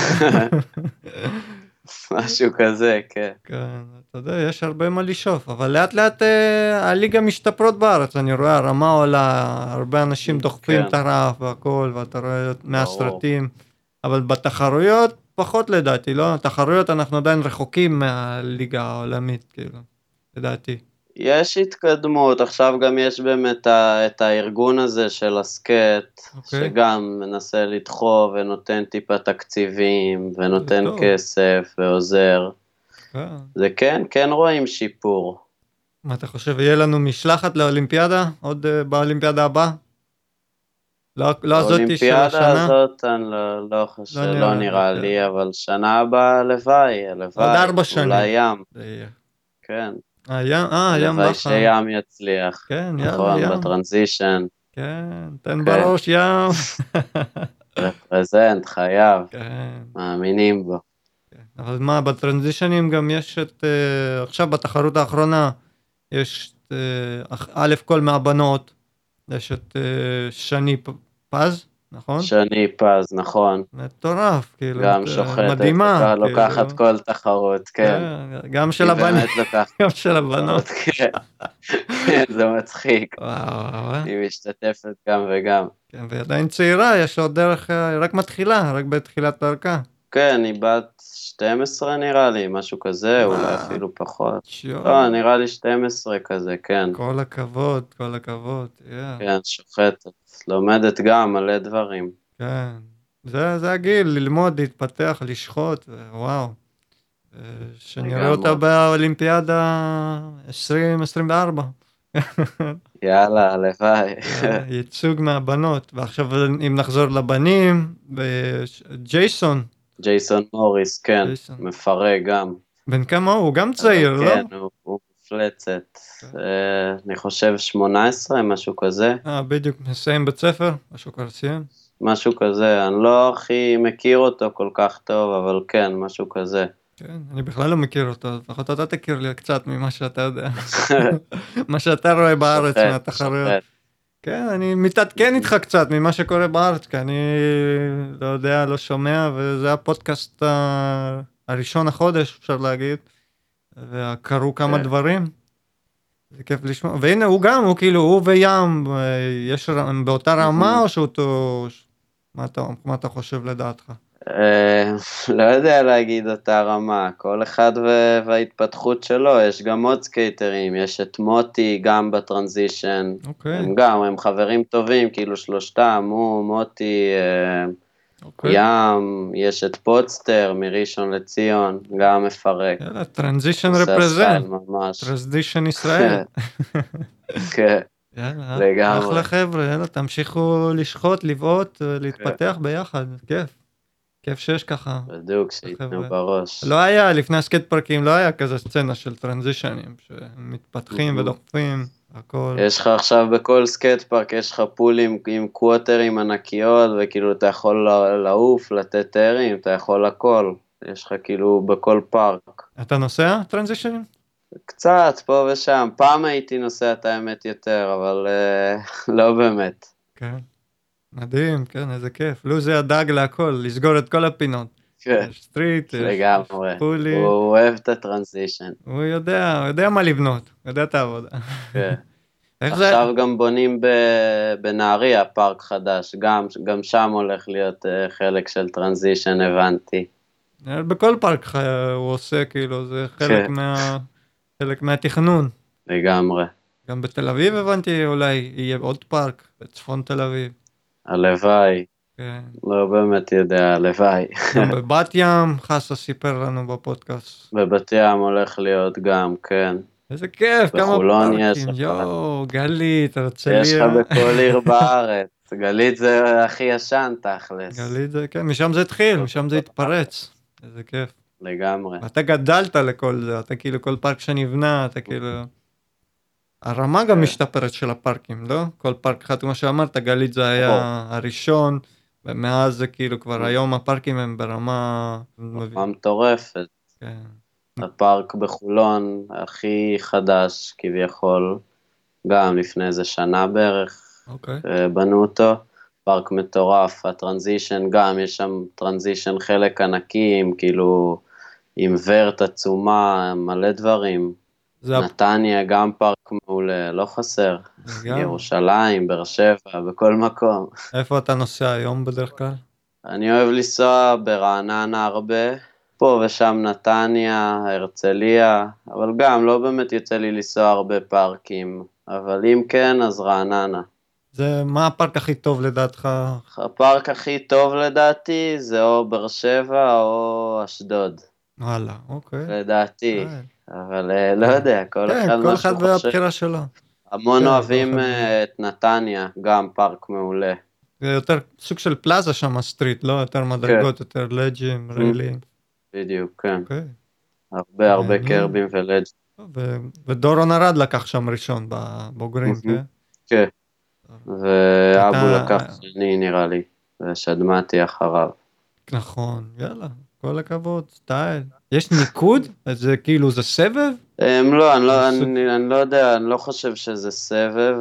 משהו כזה, כן. כן, אתה יודע, יש הרבה מה לשאוף, אבל לאט לאט הליגה משתפרות בארץ, אני רואה, הרמה עולה, הרבה אנשים דוחפים כן. את הרף והכל, ואתה רואה מהסרטים, אבל בתחרויות פחות לדעתי, לא? תחרויות אנחנו עדיין רחוקים מהליגה העולמית, כאילו, לדעתי. יש התקדמות, עכשיו גם יש באמת את הארגון הזה של הסקט, אוקיי. שגם מנסה לדחוף ונותן טיפה תקציבים, ונותן טוב. כסף ועוזר. זה כן רואים שיפור. מה אתה חושב, יהיה לנו משלחת לאולימפיאדה, עוד באולימפיאדה הבאה? לא הזאתי של האולימפיאדה השנה? הזאת, אני לא חושב, לא נראה לי, אבל שנה הבאה הלוואי, עוד 4 שנים. אולי ים, זה יהיה. כן. הים הלוואי בחר. שים יצליח. כן, יאללה, נכון, ים. בטרנזישן. כן, תן בראש ים. רפרזנט, חייב, כן. מאמינים בו. אבל מה, בטרנזישנים גם יש את, עכשיו בתחרות האחרונה, יש א' כל מהבנות, יש את שני פז, נכון? שני פז, נכון. מטורף, כאילו, גם שוחטת, מדהימה. לוקחת כל תחרות, כן. גם של היא הבנים, באמת לוקחת גם של הבנות. כן. כן, זה מצחיק. וואו. היא משתתפת גם וגם. כן, ועדיין צעירה, יש עוד דרך, רק מתחילה, רק בתחילת דרכה. כן, היא בת 12 נראה לי, משהו כזה, אולי אפילו פחות. לא, נראה לי 12 כזה, כן. כל הכבוד, כל הכבוד. כן, שוחטת. לומדת גם מלא דברים. כן, זה הגיל, ללמוד, להתפתח, לשחוט, וואו. שנראה אותה באולימפיאדה 2024. יאללה, הלוואי. ייצוג מהבנות. ועכשיו אם נחזור לבנים, ג'ייסון מוריס, כן, מפרק גם. בן כמה הוא? גם צעיר, לא? כן, הוא מפלצת. אני חושב 18, משהו כזה. בדיוק, מסיים בית ספר, משהו כבר סיים. משהו כזה, אני לא הכי מכיר אותו כל כך טוב, אבל כן, משהו כזה. כן, אני בכלל לא מכיר אותו, לפחות אתה תכיר לי קצת ממה שאתה יודע. מה שאתה רואה בארץ מהתחרויות. כן, אני מתעדכן איתך קצת ממה שקורה בארץ, כי אני לא יודע, לא שומע, וזה הפודקאסט הראשון החודש, אפשר להגיד, וקרו כמה דברים, זה כיף לשמוע, והנה הוא גם, הוא כאילו, הוא וים, יש באותה רמה, או שהוא, מה אתה חושב לדעתך? לא יודע להגיד אותה רמה, כל אחד וההתפתחות שלו, יש גם עוד סקייטרים, יש את מוטי גם בטרנזישן, הם חברים טובים, כאילו שלושתם, הוא, מוטי, ים, יש את פודסטר מראשון לציון, גם מפרק. יאללה, טרנזישן רפרזנט, טרנזישן ישראל. כן. יאללה, אחלה חבר'ה, יאללה, תמשיכו לשחוט, לבעוט, להתפתח ביחד, כיף שיש ככה. בדיוק, שיתנו בראש. לא היה, לפני הסקייט פארקים, לא היה כזה סצנה של טרנזישנים, שמתפתחים ודוחפים, הכל. יש לך עכשיו בכל סקייט פארק, יש לך פולים עם קווטרים ענקיות, וכאילו אתה יכול לעוף, לתת תארים, אתה יכול הכל. יש לך כאילו בכל פארק. אתה נוסע טרנזישנים? קצת, פה ושם. פעם הייתי נוסע את האמת יותר, אבל לא באמת. כן. מדהים, כן, איזה כיף. לו זה הדאג להכל, לסגור את כל הפינות. כן. יש סטריט, יש פולי. הוא אוהב את הטרנזישן. הוא יודע מה לבנות, יודע את העבודה. כן. עכשיו גם בונים בנהריה פארק חדש, גם שם הולך להיות חלק של טרנזישן, הבנתי. בכל פארק הוא עושה, כאילו, זה חלק מהתכנון. לגמרי. גם בתל אביב הבנתי, אולי יהיה עוד פארק, בצפון תל אביב. הלוואי. כן. לא באמת יודע, הלוואי. גם בבת ים, חסה סיפר לנו בפודקאסט. בבת ים הולך להיות גם, כן. איזה כיף, כמה פארקים, יואו, גלית, הרצליה. יש לך בכל עיר בארץ, גלית זה הכי ישן תכלס. גלית זה, כן, משם זה התחיל, משם זה התפרץ, איזה כיף. לגמרי. אתה גדלת לכל זה, אתה כאילו, כל פארק שנבנה, אתה כאילו... הרמה גם משתפרת של הפארקים, לא? כל פארק אחד, כמו שאמרת, גלית זה היה הראשון, ומאז זה כאילו כבר היום הפארקים הם ברמה... מטורפת. כן. הפארק בחולון הכי חדש כביכול, גם לפני איזה שנה בערך, בנו אותו, פארק מטורף, הטרנזישן גם, יש שם טרנזישן חלק ענקים, כאילו עם ורט עצומה, מלא דברים. נתניה גם פארק מעולה, לא חסר. ירושלים, באר שבע, בכל מקום. איפה אתה נוסע היום בדרך כלל? אני אוהב לנסוע ברעננה הרבה, פה ושם נתניה, הרצליה, אבל גם לא באמת יוצא לי לנסוע הרבה פארקים, אבל אם כן, אז רעננה. מה הפארק הכי טוב לדעתך? הפארק הכי טוב לדעתי זה או באר שבע או אשדוד. וואלה, אוקיי. לדעתי, אבל לא יודע, כל כן, אחד כל מה אחד שהוא חושב. והבחירה שלו. המון כן, כל אוהבים אחד את נתניה, גם פארק מעולה. זה יותר סוג של פלאזה שם סטריט, לא? יותר כן, מדרגות, יותר לג'ים, mhm, ריילים. בדיוק, כן. אוקיי, הרבה הרבה מעניין. קרבים ולג'. ודורון ארד לקח שם ראשון בבוגרים, mhm, כן? כן, ואבו הייתה, לקח שני נראה לי, ושדמתי אחריו. נכון, יאללה, כל הכבוד, סטייל. יש ניקוד? זה כאילו, זה סבב? לא, זה סוג... אני לא יודע, אני לא חושב שזה סבב,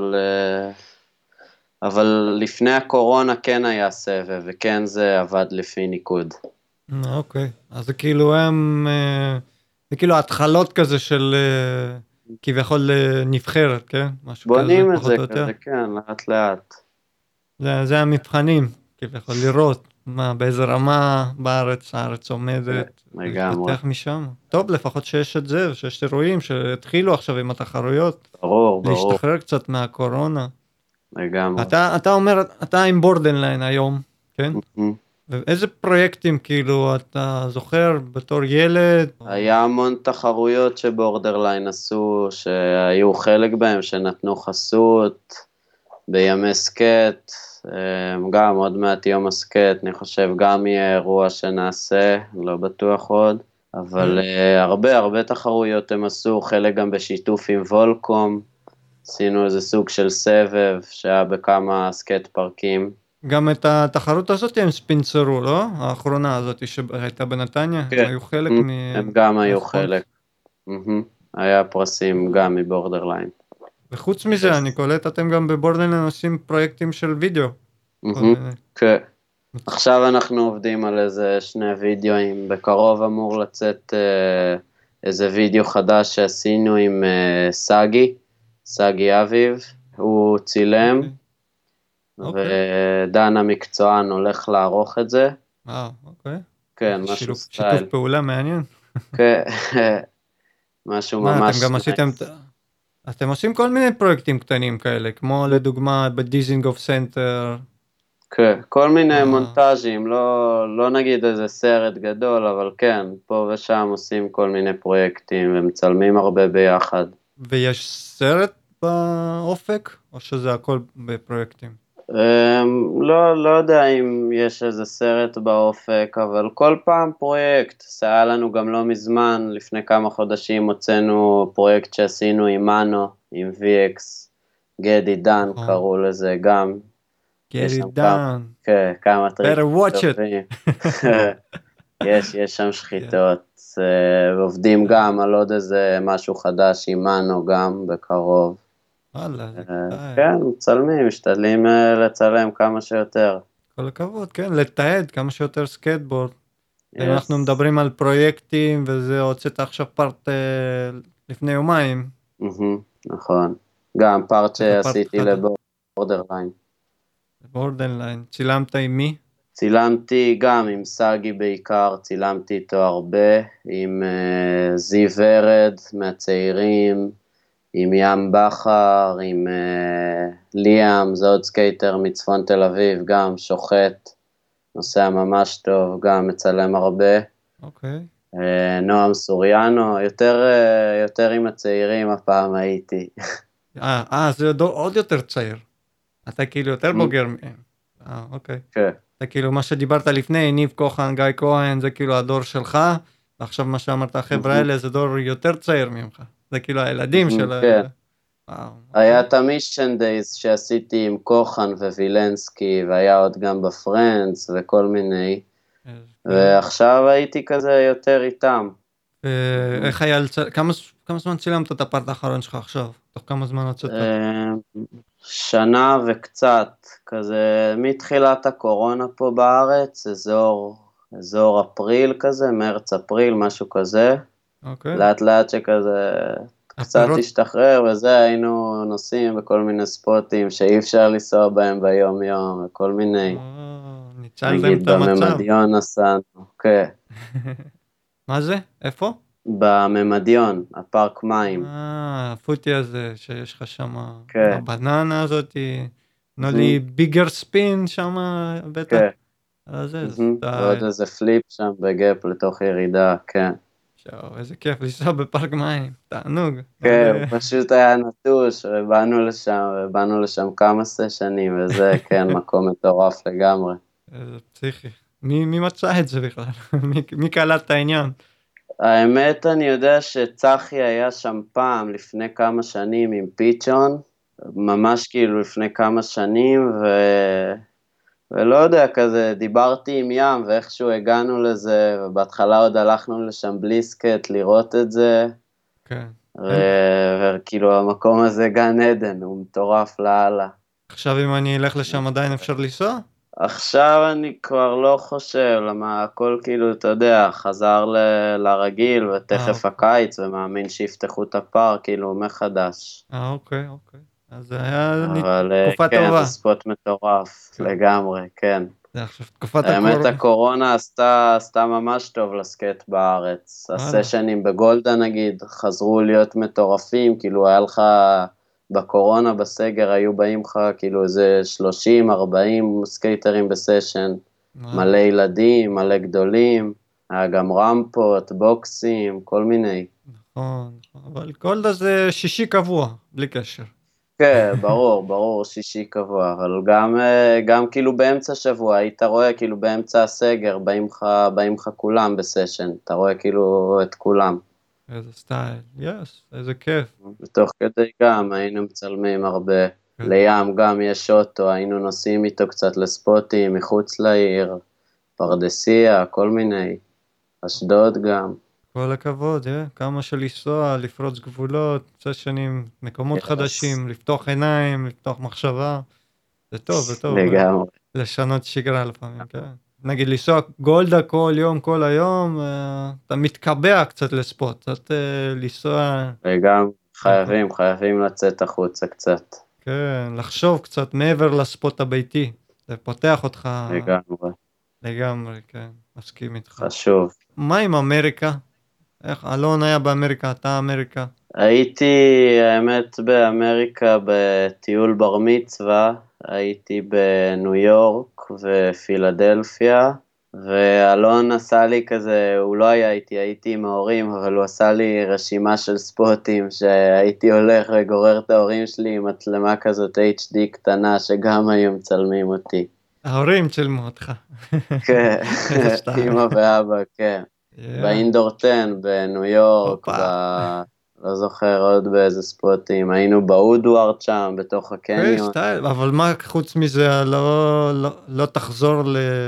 אבל לפני הקורונה כן היה סבב, וכן זה עבד לפי ניקוד. אוקיי, אז זה כאילו הם, זה כאילו התחלות כזה של כביכול נבחרת, כן? משהו כזה, בונים את זה פחות או יותר. כזה, כן, לאט לאט. זה המבחנים, כביכול לראות מה, באיזה רמה בארץ, הארץ כן, עומדת, לגמרי, ולהתפתח משם. טוב, לפחות שיש את זה, ושיש אירועים שהתחילו עכשיו עם התחרויות, ברור, ברור, להשתחרר קצת מהקורונה. לגמרי. אתה אומר, אתה עם בורדנליין היום, כן? Mhm. ואיזה פרויקטים כאילו אתה זוכר בתור ילד? היה המון תחרויות שבורדרליין עשו, שהיו חלק בהם, שנתנו חסות, בימי סקט, גם עוד מעט יום הסקט, אני חושב גם יהיה אירוע שנעשה, לא בטוח עוד, אבל הרבה הרבה תחרויות הם עשו, חלק גם בשיתוף עם וולקום, עשינו איזה סוג של סבב שהיה בכמה סקט פארקים. גם את התחרות הזאת הם ספינסרו, לא? האחרונה הזאת שהייתה בנתניה, הם כן, היו חלק הם גם היו מהספונסר. חלק. היה פרסים גם מבורדרליין. וחוץ מזה, אני קולט, אתם גם בבורדנליין עושים פרויקטים של וידאו. כל מיני. כן. עכשיו אנחנו עובדים על איזה 2 וידאוים, בקרוב אמור לצאת איזה וידאו חדש שעשינו עם סגי אביב, הוא צילם, אוקיי. ודן המקצוען הולך לערוך את זה. אוקיי. כן, משהו שיתוף סטייל. פעולה מעניין. כן, משהו מה, אתם ממש גם עשיתם, נייס. אתם עושים כל מיני פרויקטים קטנים כאלה, כמו לדוגמה בדיזינגוף סנטר. כן, כל מיני מונטאז'ים, לא נגיד איזה סרט גדול, אבל כן, פה ושם עושים כל מיני פרויקטים ומצלמים הרבה ביחד. ויש סרט באופק, או שזה הכל בפרויקטים? לא יודע אם יש איזה סרט באופק, אבל כל פעם פרויקט. זה היה לנו גם לא מזמן, לפני כמה חודשים הוצאנו פרויקט שעשינו עם מנו, עם VX, גדי דן קראו לזה גם. Get יש שם it done. כמה Better טריקים watch it. טובים. יש שם שחיטות, ועובדים גם על עוד איזה משהו חדש עם מנו גם בקרוב. וואלה, זה כן, מצלמים, משתדלים לצלם כמה שיותר. כל הכבוד, כן, לתעד כמה שיותר סקייטבורד. אם אנחנו Yes. מדברים על פרויקטים, וזה הוצאת עכשיו פארט לפני יומיים. נכון. גם פארט זה פארט שעשיתי אחד. לבורדרליין. בורדנליין, צילמת עם מי? צילמתי גם עם סגי בעיקר, צילמתי איתו הרבה, עם זיו ורד מהצעירים, עם ים בכר, עם ליאם, זה עוד סקייטר מצפון תל אביב, גם שוחט, נוסע ממש טוב, גם מצלם הרבה. אוקיי. נועם סוריאנו, יותר עם הצעירים הפעם הייתי. זה עוד יותר צעיר. אתה כאילו יותר בוגר מהם. אוקיי. כן. זה כאילו מה שדיברת לפני, ניב כוחן, גיא כהן, זה כאילו הדור שלך, ועכשיו מה שאמרת, החבר'ה האלה זה דור יותר צעיר ממך. זה כאילו הילדים של... כן. וואו. היה את המישן דייז שעשיתי עם כוחן ווילנסקי, והיה עוד גם בפרנדס וכל מיני, ועכשיו הייתי כזה יותר איתם. איך היה, כמה זמן צילמת את הפארט האחרון שלך עכשיו? תוך כמה זמן הוצאת? שנה וקצת, כזה מתחילת הקורונה פה בארץ, אזור אפריל כזה, מרץ אפריל, משהו כזה. לאט לאט שכזה קצת השתחרר, וזה היינו נוסעים בכל מיני ספוטים שאי אפשר לנסוע בהם ביום יום, וכל מיני, נגיד בממדיון נסענו, כן. מה זה? איפה? בממדיון, הפארק מים. הפוטי הזה שיש לך שם, הבננה הזאת, נולי ביגר ספין שם בטח. זה ועוד סטייל. איזה פליפ שם בגאפ לתוך ירידה, כן. שואו, איזה כיף לנסוע בפארק מים, תענוג. מה כן, זה? הוא פשוט היה נטוש, ובאנו לשם כמה סשנים, וזה, כן, מקום מטורף לגמרי. איזה פסיכי. מי מצא את זה בכלל? מי קלט את העניין? האמת, אני יודע שצחי היה שם פעם, לפני כמה שנים, עם פיצ'ון, ממש כאילו לפני כמה שנים, ולא יודע, כזה, דיברתי עם ים, ואיכשהו הגענו לזה, ובהתחלה עוד הלכנו לשם בלי סקט לראות את זה, כן. וכאילו המקום הזה גן עדן, הוא מטורף לאללה. עכשיו אם אני אלך לשם עדיין אפשר לנסוע? עכשיו אני כבר לא חושב, למה הכל כאילו, אתה יודע, חזר לרגיל, ותכף אוקיי. הקיץ, ומאמין שיפתחו את הפארק, כאילו, מחדש. אוקיי, אוקיי. אז זה היה אבל תקופה כן, זה טובה. ספוט מטורף, כן. לגמרי, כן. זה עכשיו תקופת האמת, הקורונה. הקורונה עשתה ממש טוב לסקייט בארץ. וואלה. הסשנים בגולדה נגיד חזרו להיות מטורפים, כאילו היה לך בקורונה, בסגר, היו באים לך כאילו איזה 30-40 סקייטרים בסשן, וואלה. מלא ילדים, מלא גדולים, היה גם רמפות, בוקסים, כל מיני. נכון, נכון. אבל גולדה זה שישי קבוע, בלי קשר. כן, ברור, ברור, שישי קבוע, אבל גם כאילו באמצע שבוע, היית רואה כאילו באמצע הסגר, באים לך כולם בסשן, אתה רואה כאילו את כולם. איזה סטייל. יס, איזה כיף. ותוך כדי גם היינו מצלמים הרבה. כן. לים גם יש אוטו, היינו נוסעים איתו קצת לספוטים מחוץ לעיר, פרדסיה, כל מיני, אשדוד גם. כל הכבוד, כמה של לנסוע, לפרוץ גבולות, סשנים, מקומות יס, חדשים, לפתוח עיניים, לפתוח מחשבה. זה טוב, זה טוב. לגמרי. לשנות שגרה לפעמים, כן. נגיד לנסוע גולדה כל יום, כל היום, אתה מתקבע קצת לספוט, קצת לנסוע, וגם במקום. חייבים לצאת החוצה קצת, כן, לחשוב קצת מעבר לספוט הביתי, זה פותח אותך לגמרי, לגמרי, כן, מסכים איתך. חשוב. מה עם אמריקה? איך, אלון היה באמריקה, אתה אמריקה? הייתי, האמת, באמריקה בטיול בר מצווה, הייתי בניו יורק ופילדלפיה, ואלון עשה לי כזה, הוא לא היה איתי, הייתי עם ההורים, אבל הוא עשה לי רשימה של ספוטים, שהייתי הולך וגורר את ההורים שלי עם מצלמה כזאת HD קטנה, שגם היו מצלמים אותי. ההורים צילמו אותך. כן, איזה שטייל. אמא ואבא, כן. יאה, באינדור 10 בניו יורק, הופה. לא זוכר עוד באיזה ספוטים, היינו באודוארד שם, בתוך אוקיי, הקניון. סטייל, אבל מה חוץ מזה, לא תחזור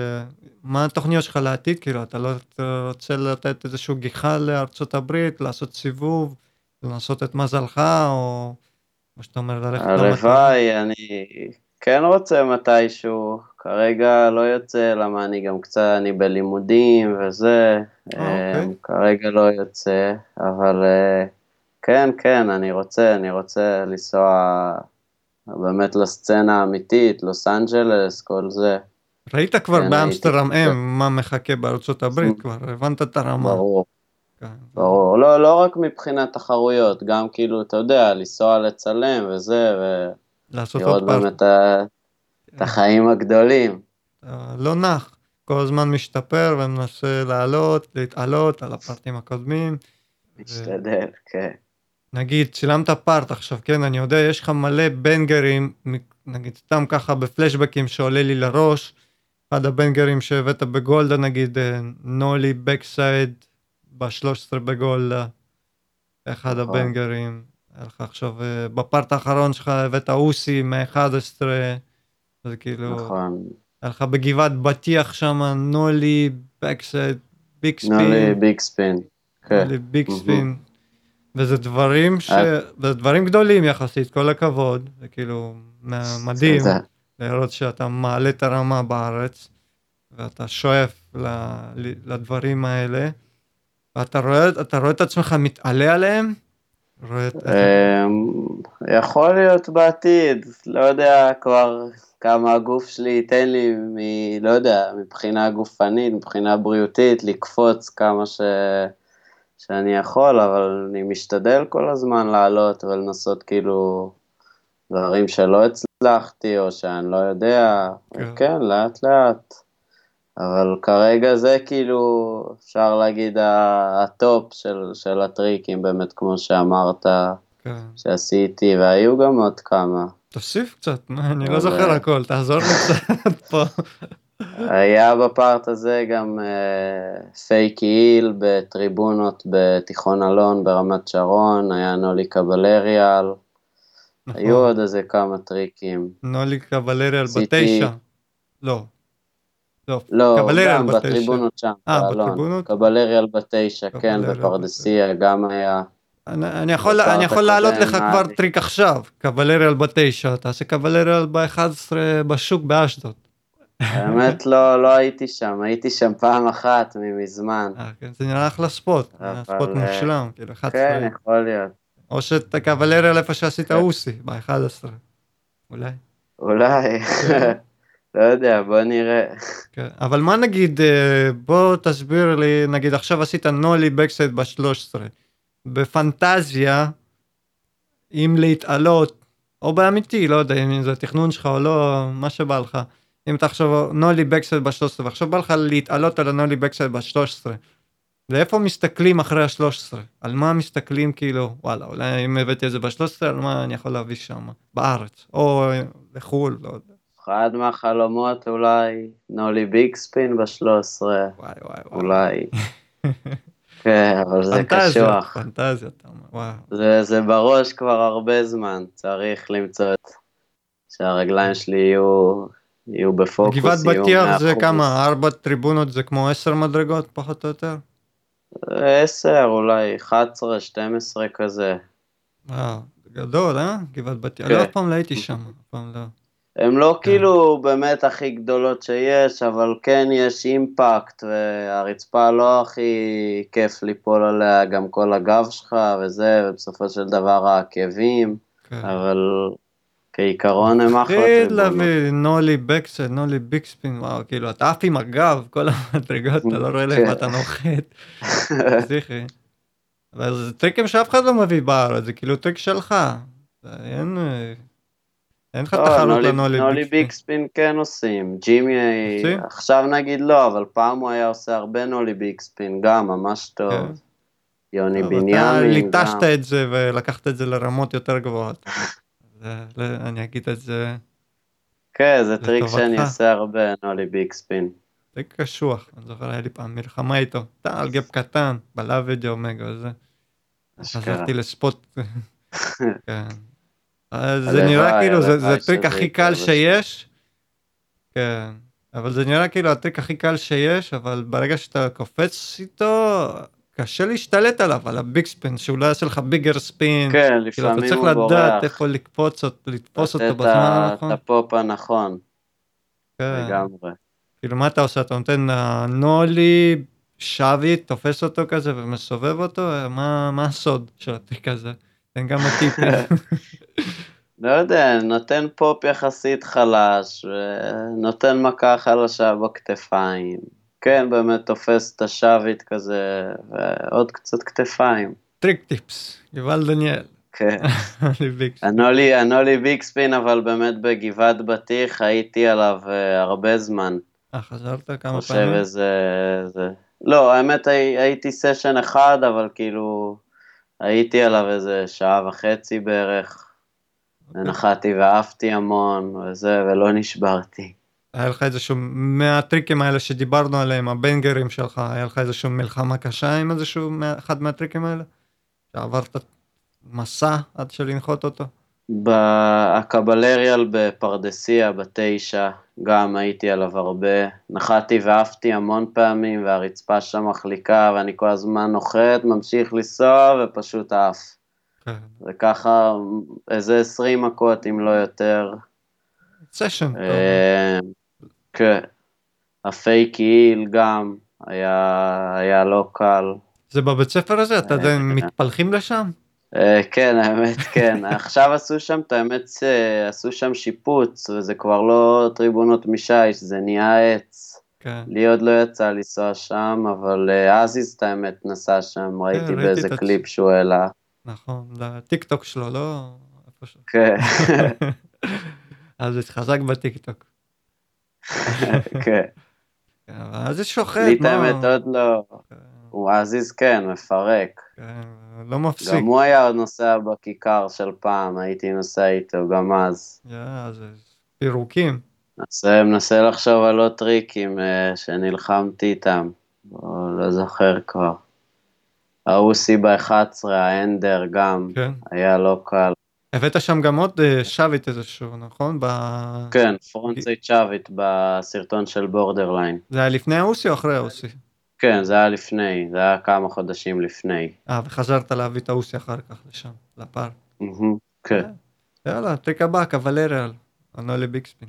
מה התוכניות שלך לעתיד? כאילו, אתה לא רוצה לתת איזשהו גיחה לארצות הברית, לעשות סיבוב, לנסות את מזלך, או מה שאתה אומר, ללכת למטרה? הלוואי, אני כן רוצה מתישהו, כרגע לא יוצא, למה אני גם קצת, אני בלימודים וזה, אוקיי. כרגע לא יוצא, אבל כן, כן, אני רוצה לנסוע באמת לסצנה האמיתית, לוס אנג'לס, כל זה. ראית כבר כן, הייתי באמסטרדם כזה, מה מחכה בארצות הברית, כבר הבנת את הרמה. ברור, כן, ברור. לא, לא רק מבחינת תחרויות, גם כאילו, אתה יודע, לנסוע לצלם וזה, לעשות עוד ולראות פארט. באמת את החיים הגדולים. לא נח, כל הזמן משתפר ומנסה לעלות, להתעלות על הפארטים הקודמים. משתדל, כן. נגיד, צילמת פארט עכשיו, כן, אני יודע, יש לך מלא בנגרים, נגיד, סתם ככה בפלשבקים שעולה לי לראש, אחד הבנגרים שהבאת בגולדה, נגיד, נולי בקסייד, ב-13 בגולדה, אחד נכון, הבנגרים, היה לך עכשיו, בפארט האחרון שלך הבאת אוסי מה-11, זה כאילו, נכון. היה לך בגבעת בטיח שם, נולי בקסייד, ביג נולי ספין, ביג ספין, כן. נולי ביג מהמם. ספין, וזה דברים גדולים יחסית, כל הכבוד, זה כאילו מדהים תודה. לראות שאתה מעלה את הרמה בארץ, ואתה שואף לדברים האלה, ואתה רואה את עצמך מתעלה עליהם, רואה את איך, יכול להיות בעתיד, לא יודע כבר כמה הגוף שלי ייתן לי, לא יודע, מבחינה גופנית, מבחינה בריאותית, לקפוץ כמה שאני יכול, אבל אני משתדל כל הזמן לעלות ולנסות כאילו דברים שלא הצלחתי או שאני לא יודע, כן, כן, לאט לאט. אבל כרגע זה כאילו, אפשר להגיד, הטופ של הטריקים, באמת, כמו שאמרת, כן. שעשיתי, והיו גם עוד כמה. תוסיף קצת, מה, אני לא אבל זוכר הכל, תעזור לי קצת פה. היה בפארט הזה גם פייק איל בטריבונות בתיכון אלון ברמת שרון, היה נולי קבלריאל, היו נכון, עוד איזה כמה טריקים. נולי קבלריאל עשיתי, בתשע, לא, לא, לא, קבלריאל גם בתשע, בטריבונות שם, באלון. בטריבונות, קבלריאל בתשע, כן, קבלריאל בתשע. בפרדסיה גם היה. אני בפארט יכול להעלות הקודם לך כבר היה לי. טריק עכשיו, קבלריאל בתשע, תעשה קבלריאל ב-11 בשוק באשדוד. האמת לא הייתי שם, הייתי שם פעם אחת מזמן, כן, זה נראה אחלה ספוט, נראה ספוט אבל מושלם, כאילו 11, כן, יכול להיות. או שאת קבלריאל איפה שעשית כן, אוסי, ב-11, אולי. אולי, כן. לא יודע, בוא נראה. כן. אבל מה נגיד, בוא תסביר לי, נגיד עכשיו עשית נולי בקסייד ב-13, בפנטזיה, אם להתעלות, או באמיתי, לא יודע אם זה תכנון שלך או לא, מה שבא לך, אם אתה עכשיו נולי בקסייד ב-13, ועכשיו בא לך להתעלות על הנולי בקסייד ב-13, ואיפה מסתכלים אחרי ה-13? על מה מסתכלים כאילו, וואלה, אולי אם הבאתי את זה ב-13, על מה אני יכול להביא שם, בארץ, או לחו"ל, לא יודע. אחד מהחלומות אולי, נולי ביג ספין ב-13, וואי וואי וואי. אולי. כן, אבל זה פנטזיות, קשוח. פנטזיות, אתה אומר, וואו. זה בראש כבר הרבה זמן, צריך למצוא את שהרגליים שלי יהיו גבעת בפוקוס, יהיו בטיח זה 100%. כמה? 4 טריבונות זה כמו 10 מדרגות, פחות או יותר? 10, אולי 11, 12 כזה. וואו, זה גדול, גבעת בטיח. לא, כן. אף פעם לא הייתי שם, אף פעם לא. הן לא כן, כאילו באמת הכי גדולות שיש, אבל כן יש אימפקט, והרצפה לא הכי כיף ליפול עליה, גם כל הגב שלך וזה, ובסופו של דבר העקבים, כן. אבל כעיקרון הם אחלה מפחיד טריבונות. להביא נולי בקסט, נולי ביג ספין, וואו, כאילו, אתה עף עם הגב, כל המדרגות, אתה לא רואה לאיפה כן. אתה נוחת. פסיכי. אבל זה טריקים שאף אחד לא מביא בארץ, זה כאילו טריק שלך. אין לך לא, תחרות לנולי ביג נולי ספין. ביג ספין כן עושים, ג'ימי עושים? עכשיו נגיד לא, אבל פעם הוא היה עושה הרבה נולי ביג ספין, גם ממש כן. טוב. יוני טוב, אתה בנימין ליטשת גם. את זה ולקחת את זה לרמות יותר גבוהות. אני אגיד את זה כן, זה טריק לטובתך. שאני עושה הרבה, נולי ביג ספין. זה קשוח, אני זוכר, היה לי פעם מלחמה איתו. אתה על גב קטן, בלאבידי אומגה וזה. אשכרה. חזרתי לספוט. כן. אז זה נראה הלוואי, כאילו, זה הלוואי הטריק שזה הכי יקרה קל בשביל. שיש. כן. אבל זה נראה כאילו הטריק הכי קל שיש, אבל ברגע שאתה קופץ איתו, קשה להשתלט עליו, על הביג ספין, שהוא לא יעשה לך ביגר ספין. כן, כאילו, אתה לפעמים צריך הוא לדעת בורח, איפה לתפוס אותו לתת בזמן את הנכון. הפופ הנכון, כן. לגמרי. כאילו, מה אתה עושה? אתה נותן נולי, שווית, תופס אותו כזה ומסובב אותו? מה הסוד של הטריק הזה? תן גם הטיפים. לא יודע, נותן פופ יחסית חלש, ונותן מכה חלשה בכתפיים. כן, באמת תופס את השווית כזה, ועוד קצת כתפיים. טריק טיפס, יובל דניאל. כן. אני ביג ספין. הנולי ביג ספין, אבל באמת בגבעת בטיח הייתי עליו הרבה זמן. חזרת כמה חושב פעמים? איזה. לא, האמת הייתי סשן אחד, אבל כאילו הייתי עליו איזה שעה וחצי בערך. אוקיי. ונחתי ועפתי המון וזה, ולא נשברתי. היה לך איזשהו, מהטריקים האלה שדיברנו עליהם, הבנגרים שלך, היה לך איזשהו מלחמה קשה עם איזשהו, אחד מהטריקים האלה? שעברת מסע עד שלנחות אותו? הקבלריאל בפרדסיה בתשע, גם הייתי עליו הרבה. נחתי ועפתי המון פעמים, והרצפה שם מחליקה, ואני כל הזמן נוחת, ממשיך לנסוע, ופשוט עף. כן. וככה איזה 20 מכות, אם לא יותר. סשן, אתה אומר. כן. הפייק איל גם היה לא קל. זה בבית ספר הזה? אתה יודע, מתפלחים לשם? כן, האמת, כן. עכשיו עשו שם, את האמת, עשו שם שיפוץ, וזה כבר לא טריבונות משיש, זה נהיה עץ. כן. לי עוד לא יצא לנסוע שם, אבל אזיז, את האמת, נסע שם, ראיתי ראיתי באיזה את קליפ שהוא העלה. נכון, לטיק טוק שלו, לא? איפשהו. כן, אז זה חזק בטיק טוק. כן. אז זה שוחט, לי את מה? האמת עוד לא. הוא עזיז כן, מפרק. לא מפסיק. גם הוא היה עוד נוסע בכיכר של פעם, הייתי נוסע איתו גם אז. זה פירוקים. מנסה לחשוב על עוד טריקים שנלחמתי איתם, לא זוכר כבר. האוסי ב-11, האנדר גם, כן. היה לא קל. הבאת שם גם עוד שווית איזשהו, נכון? כן, פרונטסייד שווית בסרטון של בורדרליין. זה היה לפני האוסי או אחרי האוסי? כן, זה היה לפני, זה היה כמה חודשים לפני. וחזרת להביא את האוסי אחר כך לשם, לפארק. כן. יאללה, טריק הבא, קוולריאל, הנולי ביקספין.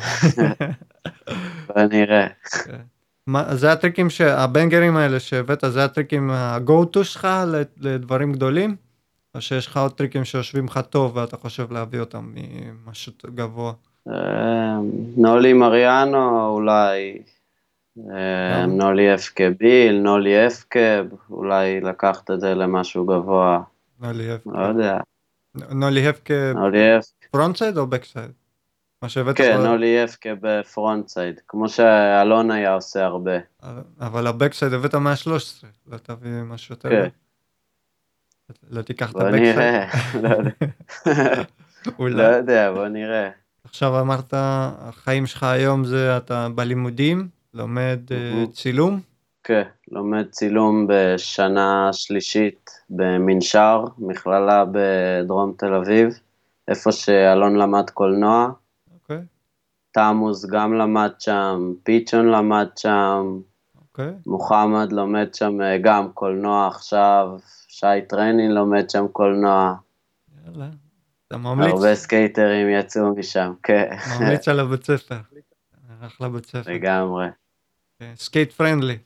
ונראה. זה הטריקים, הבנגרים האלה שהבאת, זה הטריקים ה-go-to שלך לדברים גדולים? או שיש לך עוד טריקים שיושבים לך טוב ואתה חושב להביא אותם ממשהו גבוה? נולי מריאנו אולי, נולי אפקה ביל, נולי אפקה, אולי לקחת את זה למשהו גבוה. נולי אפקה. לא יודע. נולי אפקה פרונטסייד או בקסייד? כן, נולי אפקה בפרונטסייד, כמו שאלון היה עושה הרבה. אבל הבקסייד הבאת 113, לא תביא משהו יותר? כן. לא תיקח את בוא הבקסייד? נראה, לא יודע, בוא נראה. עכשיו אמרת, החיים שלך היום זה אתה בלימודים, לומד צילום? כן, לומד צילום בשנה שלישית במנשר, מכללה בדרום תל אביב, איפה שאלון למד קולנוע. אוקיי. תמוז גם למד שם, פיצ'ון למד שם, מוחמד לומד שם גם קולנוע עכשיו, שי טרנין לומד שם קולנוע. יאללה, אתה ממליץ? הרבה סקייטרים יצאו משם, כן. ממליץ על הבית ספר. אחלה בית ספר. לגמרי. סקייט פרנדלי.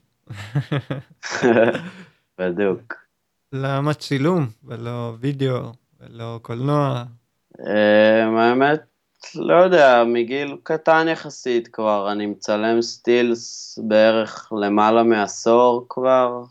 בדוק. למה צילום ולא וידאו ולא קולנוע? האמת, לא יודע, מגיל קטן יחסית כבר, אני מצלם סטילס בערך למעלה מעשור כבר.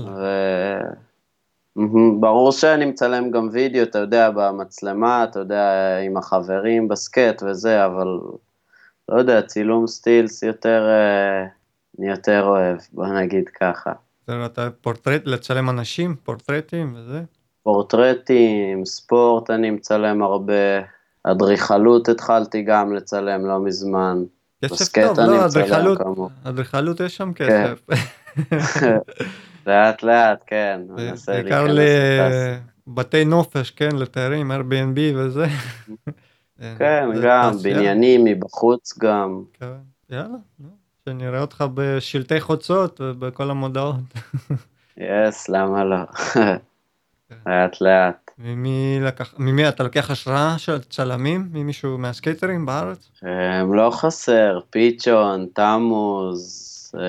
ברור שאני מצלם גם וידאו, אתה יודע, במצלמה, אתה יודע, עם החברים בסקט וזה, אבל לא יודע, צילום סטילס אני יותר אוהב, בוא נגיד ככה. אתה פורטרט, לצלם אנשים, פורטרטים וזה? פורטרטים, ספורט אני מצלם הרבה, אדריכלות התחלתי גם לצלם לא מזמן. כסף טוב, לא, אדריכלות יש שם כסף. לאט לאט, כן. בעיקר לבתי נופש, כן, לתיירים, Airbnb וזה. כן, גם, בניינים מבחוץ גם. יאללה, שנראה אותך בשלטי חוצות ובכל המודעות. למה לא? לאט לאט. ממי אתה לוקח השראה של צלמים? ממישהו מהסקייטרים בארץ? לא חסר, פיצ'ון, תמוז,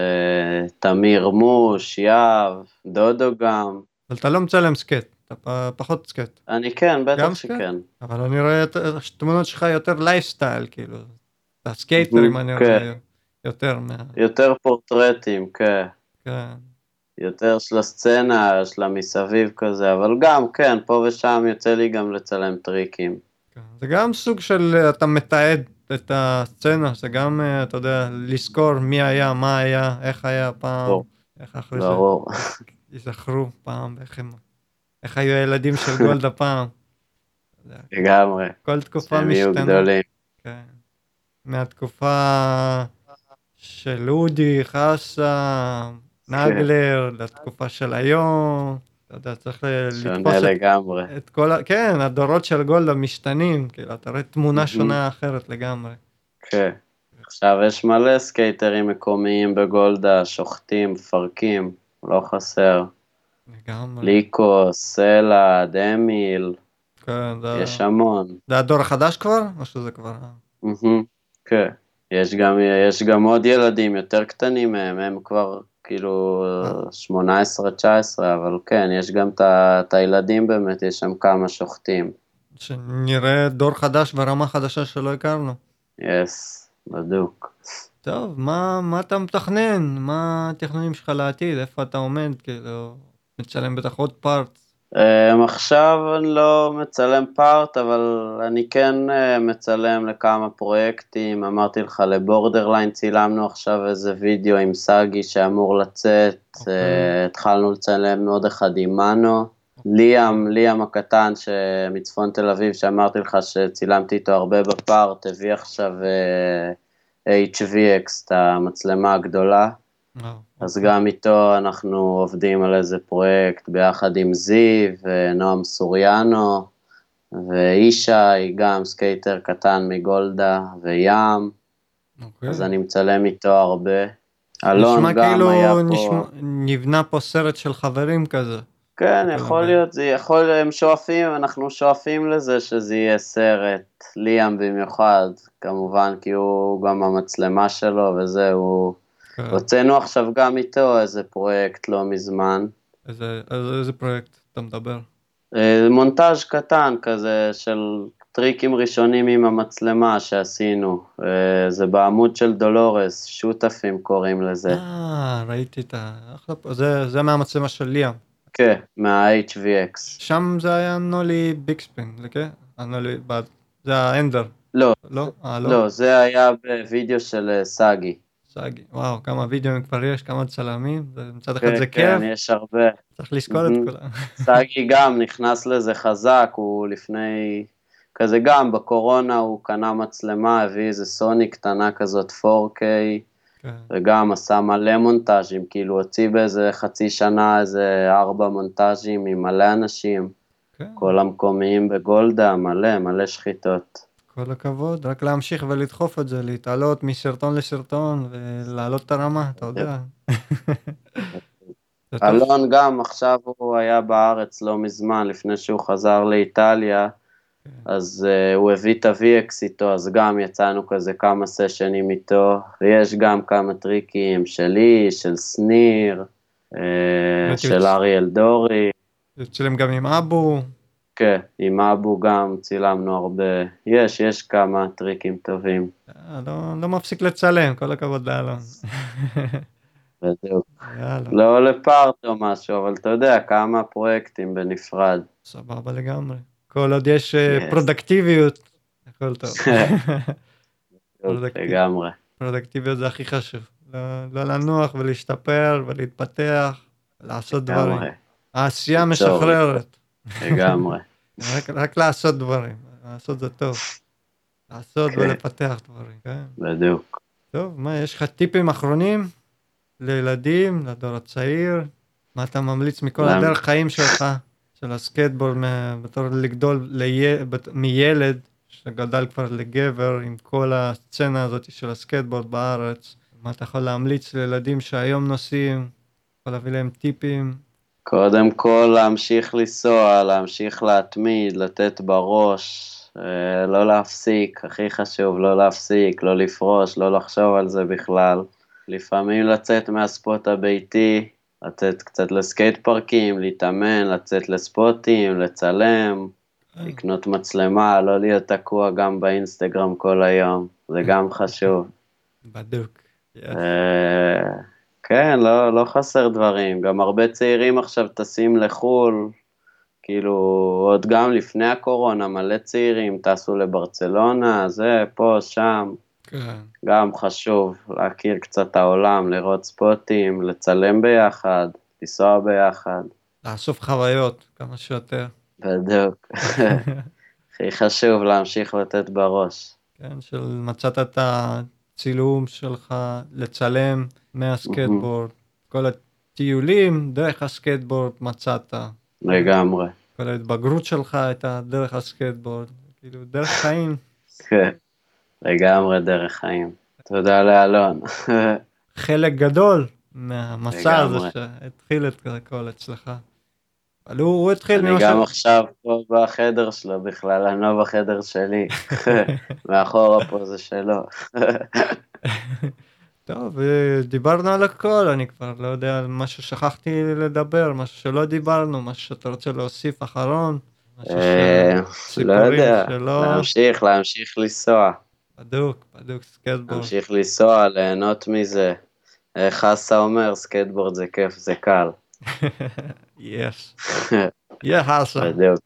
תמיר מוש, יאב, דודו גם. אבל אתה לא מצלם סקייט, אתה פחות סקייט. אני כן, בטח שכן. אבל אני רואה תמונות שלך יותר לייפסטייל, כאילו. הסקייטרים אני רואה יותר יותר פורטרטים, כן. כן. יותר של הסצנה, של המסביב כזה, אבל גם, כן, פה ושם יוצא לי גם לצלם טריקים. זה גם סוג של, אתה מתעד את הסצנה, זה גם, אתה יודע, לזכור מי היה, מה היה, איך היה פעם, איך אחרי זה, יזכרו פעם, איך היו הילדים של גולדה פעם. לגמרי. כל תקופה משתנה. שהם יהיו גדולים. כן. מהתקופה של אודי, חסה, נגלר, לתקופה של היום, אתה יודע, צריך לתפוס את כל, כן, הדורות של גולדה משתנים, כאילו, אתה רואה תמונה שונה אחרת לגמרי. כן, עכשיו יש מלא סקייטרים מקומיים בגולדה, שוחטים, מפרקים, לא חסר. לגמרי. ליקו, סלע, דמיל, יש המון. זה הדור החדש כבר, או שזה כבר? כן, יש גם עוד ילדים יותר קטנים מהם, הם כבר כאילו 18-19, אבל כן, יש גם את הילדים באמת, יש שם כמה שוחטים. שנראה דור חדש ורמה חדשה שלא הכרנו. בדוק. טוב, מה אתה מתכנן? מה התכנונים שלך לעתיד? איפה אתה עומד? כאילו, מצלם בטח עוד פארט? עכשיו אני לא מצלם פארט, אבל אני כן מצלם לכמה פרויקטים. אמרתי לך, לבורדרליין צילמנו עכשיו איזה וידאו עם סאגי שאמור לצאת. התחלנו לצלם עוד אחד עם מנו. ליאם הקטן מצפון תל אביב, שאמרתי לך שצילמתי איתו הרבה בפארט, הביא עכשיו HVX, את המצלמה הגדולה. אז גם איתו אנחנו עובדים על איזה פרויקט ביחד עם זיו, נועם סוריאנו, ואישי, גם סקייטר קטן מגולדה, וים, אז אני מצלם איתו הרבה. אלון גם כאילו היה פה. נבנה פה סרט של חברים כזה. כן, יכול להיות, הם שואפים, אנחנו שואפים לזה שזה יהיה סרט, ליאם במיוחד, כמובן, כי הוא גם המצלמה שלו וזהו. הוצאנו עכשיו גם איתו איזה פרויקט לא מזמן. איזה פרויקט אתה מדבר? מונטאז' קטן כזה של טריקים ראשונים עם המצלמה שעשינו. זה בעמוד של דולורס, שותפים קוראים לזה. ראיתי את זה מהמצלמה של ליאם. כן, מה-HVX. שם זה היה נולי ביקספין, כן? זה האנדר. לא, לא? לא, זה היה בווידאו של סאגי. סאגי, וואו, כמה וידאוים כבר יש, כמה צלמים, מצד אחד זה כיף. כן, יש הרבה. צריך לזכור את כולם. סאגי גם נכנס לזה חזק, הוא לפני, כזה גם בקורונה הוא קנה מצלמה, הביא איזה סוני קטנה כזאת 4K, וגם עשה מלא מונטאז'ים, כאילו הוציא באיזה חצי שנה איזה 4 מונטאז'ים עם מלא אנשים, כל המקומיים בגולדה, מלא שחיטות. כל הכבוד, רק להמשיך ולדחוף את זה, להתעלות מסרטון לסרטון ולהעלות את הרמה, אתה יודע. אלון גם, עכשיו הוא היה בארץ לא מזמן, לפני שהוא חזר לאיטליה, אז הוא הביא את ה-VX איתו, אז גם יצאנו כזה כמה סשנים איתו, ויש גם כמה טריקים שלי, של סניר, של אריאל דורי. צילם גם עם אבו. כן, עם אבו גם צילמנו הרבה, יש כמה טריקים טובים. לא מפסיק לצלם, כל הכבוד לאלון. בדיוק. לא לפארט או משהו, אבל אתה יודע, כמה פרויקטים בנפרד. סבבה לגמרי. כל עוד יש פרודקטיביות, הכל טוב. לגמרי. פרודקטיביות זה הכי חשוב. לא לנוח ולהשתפר ולהתפתח, לעשות דברים. העשייה משחררת. לגמרי. רק לעשות דברים, לעשות זה טוב. לעשות ולפתח דברים, כן? בדיוק. טוב, מה, יש לך טיפים אחרונים לילדים, לדור הצעיר? מה אתה ממליץ מכל הדרך חיים שלך, של הסקייטבורד, בתור לגדול מילד, שגדל כבר לגבר, עם כל הסצנה הזאת של הסקייטבורד בארץ? מה אתה יכול להמליץ לילדים שהיום נוסעים, יכול להביא להם טיפים? קודם כל להמשיך לנסוע, להמשיך להתמיד, לתת בראש, לא להפסיק, הכי חשוב, לא להפסיק, לא לפרוש, לא לחשוב על זה בכלל. לפעמים לצאת מהספוט הביתי, לצאת קצת לסקייט פארקים, להתאמן, לצאת לספוטים, לצלם, לקנות מצלמה, לא להיות תקוע גם באינסטגרם כל היום, זה גם חשוב. בדוק. כן, לא חסר דברים, גם הרבה צעירים עכשיו טסים לחול, כאילו עוד גם לפני הקורונה, מלא צעירים טסו לברצלונה, זה פה, שם, גם חשוב להכיר קצת העולם, לראות ספוטים, לצלם ביחד, לנסוע ביחד. לאסוף חוויות, כמה שיותר. בדיוק, הכי חשוב להמשיך לתת בראש. כן, של מצאת את הצילום שלך, לצלם מהסקייטבורד, כל הטיולים דרך הסקייטבורד מצאת. לגמרי. כל ההתבגרות שלך הייתה דרך הסקייטבורד, כאילו דרך חיים. כן, לגמרי דרך חיים. תודה לאלון. חלק גדול מהמסע הזה שהתחיל את הכל אצלך. אבל הוא התחיל אני גם עכשיו פה בחדר שלו בכלל, אני לא בחדר שלי. מאחורה פה זה שלו. טוב, דיברנו על הכל, אני כבר לא יודע משהו שכחתי לדבר, משהו שלא דיברנו, משהו שאתה רוצה להוסיף אחרון. לא יודע, להמשיך לנסוע. בדוק, סקייטבורד. להמשיך לנסוע, ליהנות מזה. חסה אומר, סקייטבורד זה כיף, זה קל. יש. יא חסה. בדיוק.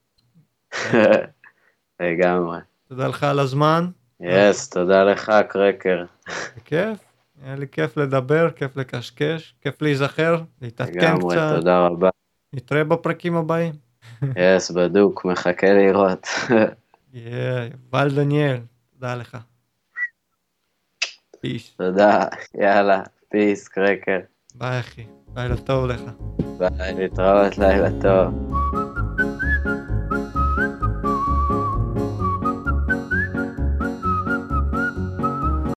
לגמרי. תודה לך על הזמן. יס, תודה לך, קרקר. בכיף, היה לי כיף לדבר, כיף לקשקש, כיף להיזכר, להתעדכן לגמרי, קצת. תודה רבה. נתראה בפרקים הבאים. יס, בדוק, מחכה לראות. יובל דניאל, תודה לך. פיס. תודה, יאללה, פיס, קרקר. ביי אחי, לילה טוב לך. ביי, להתראות, לילה טוב.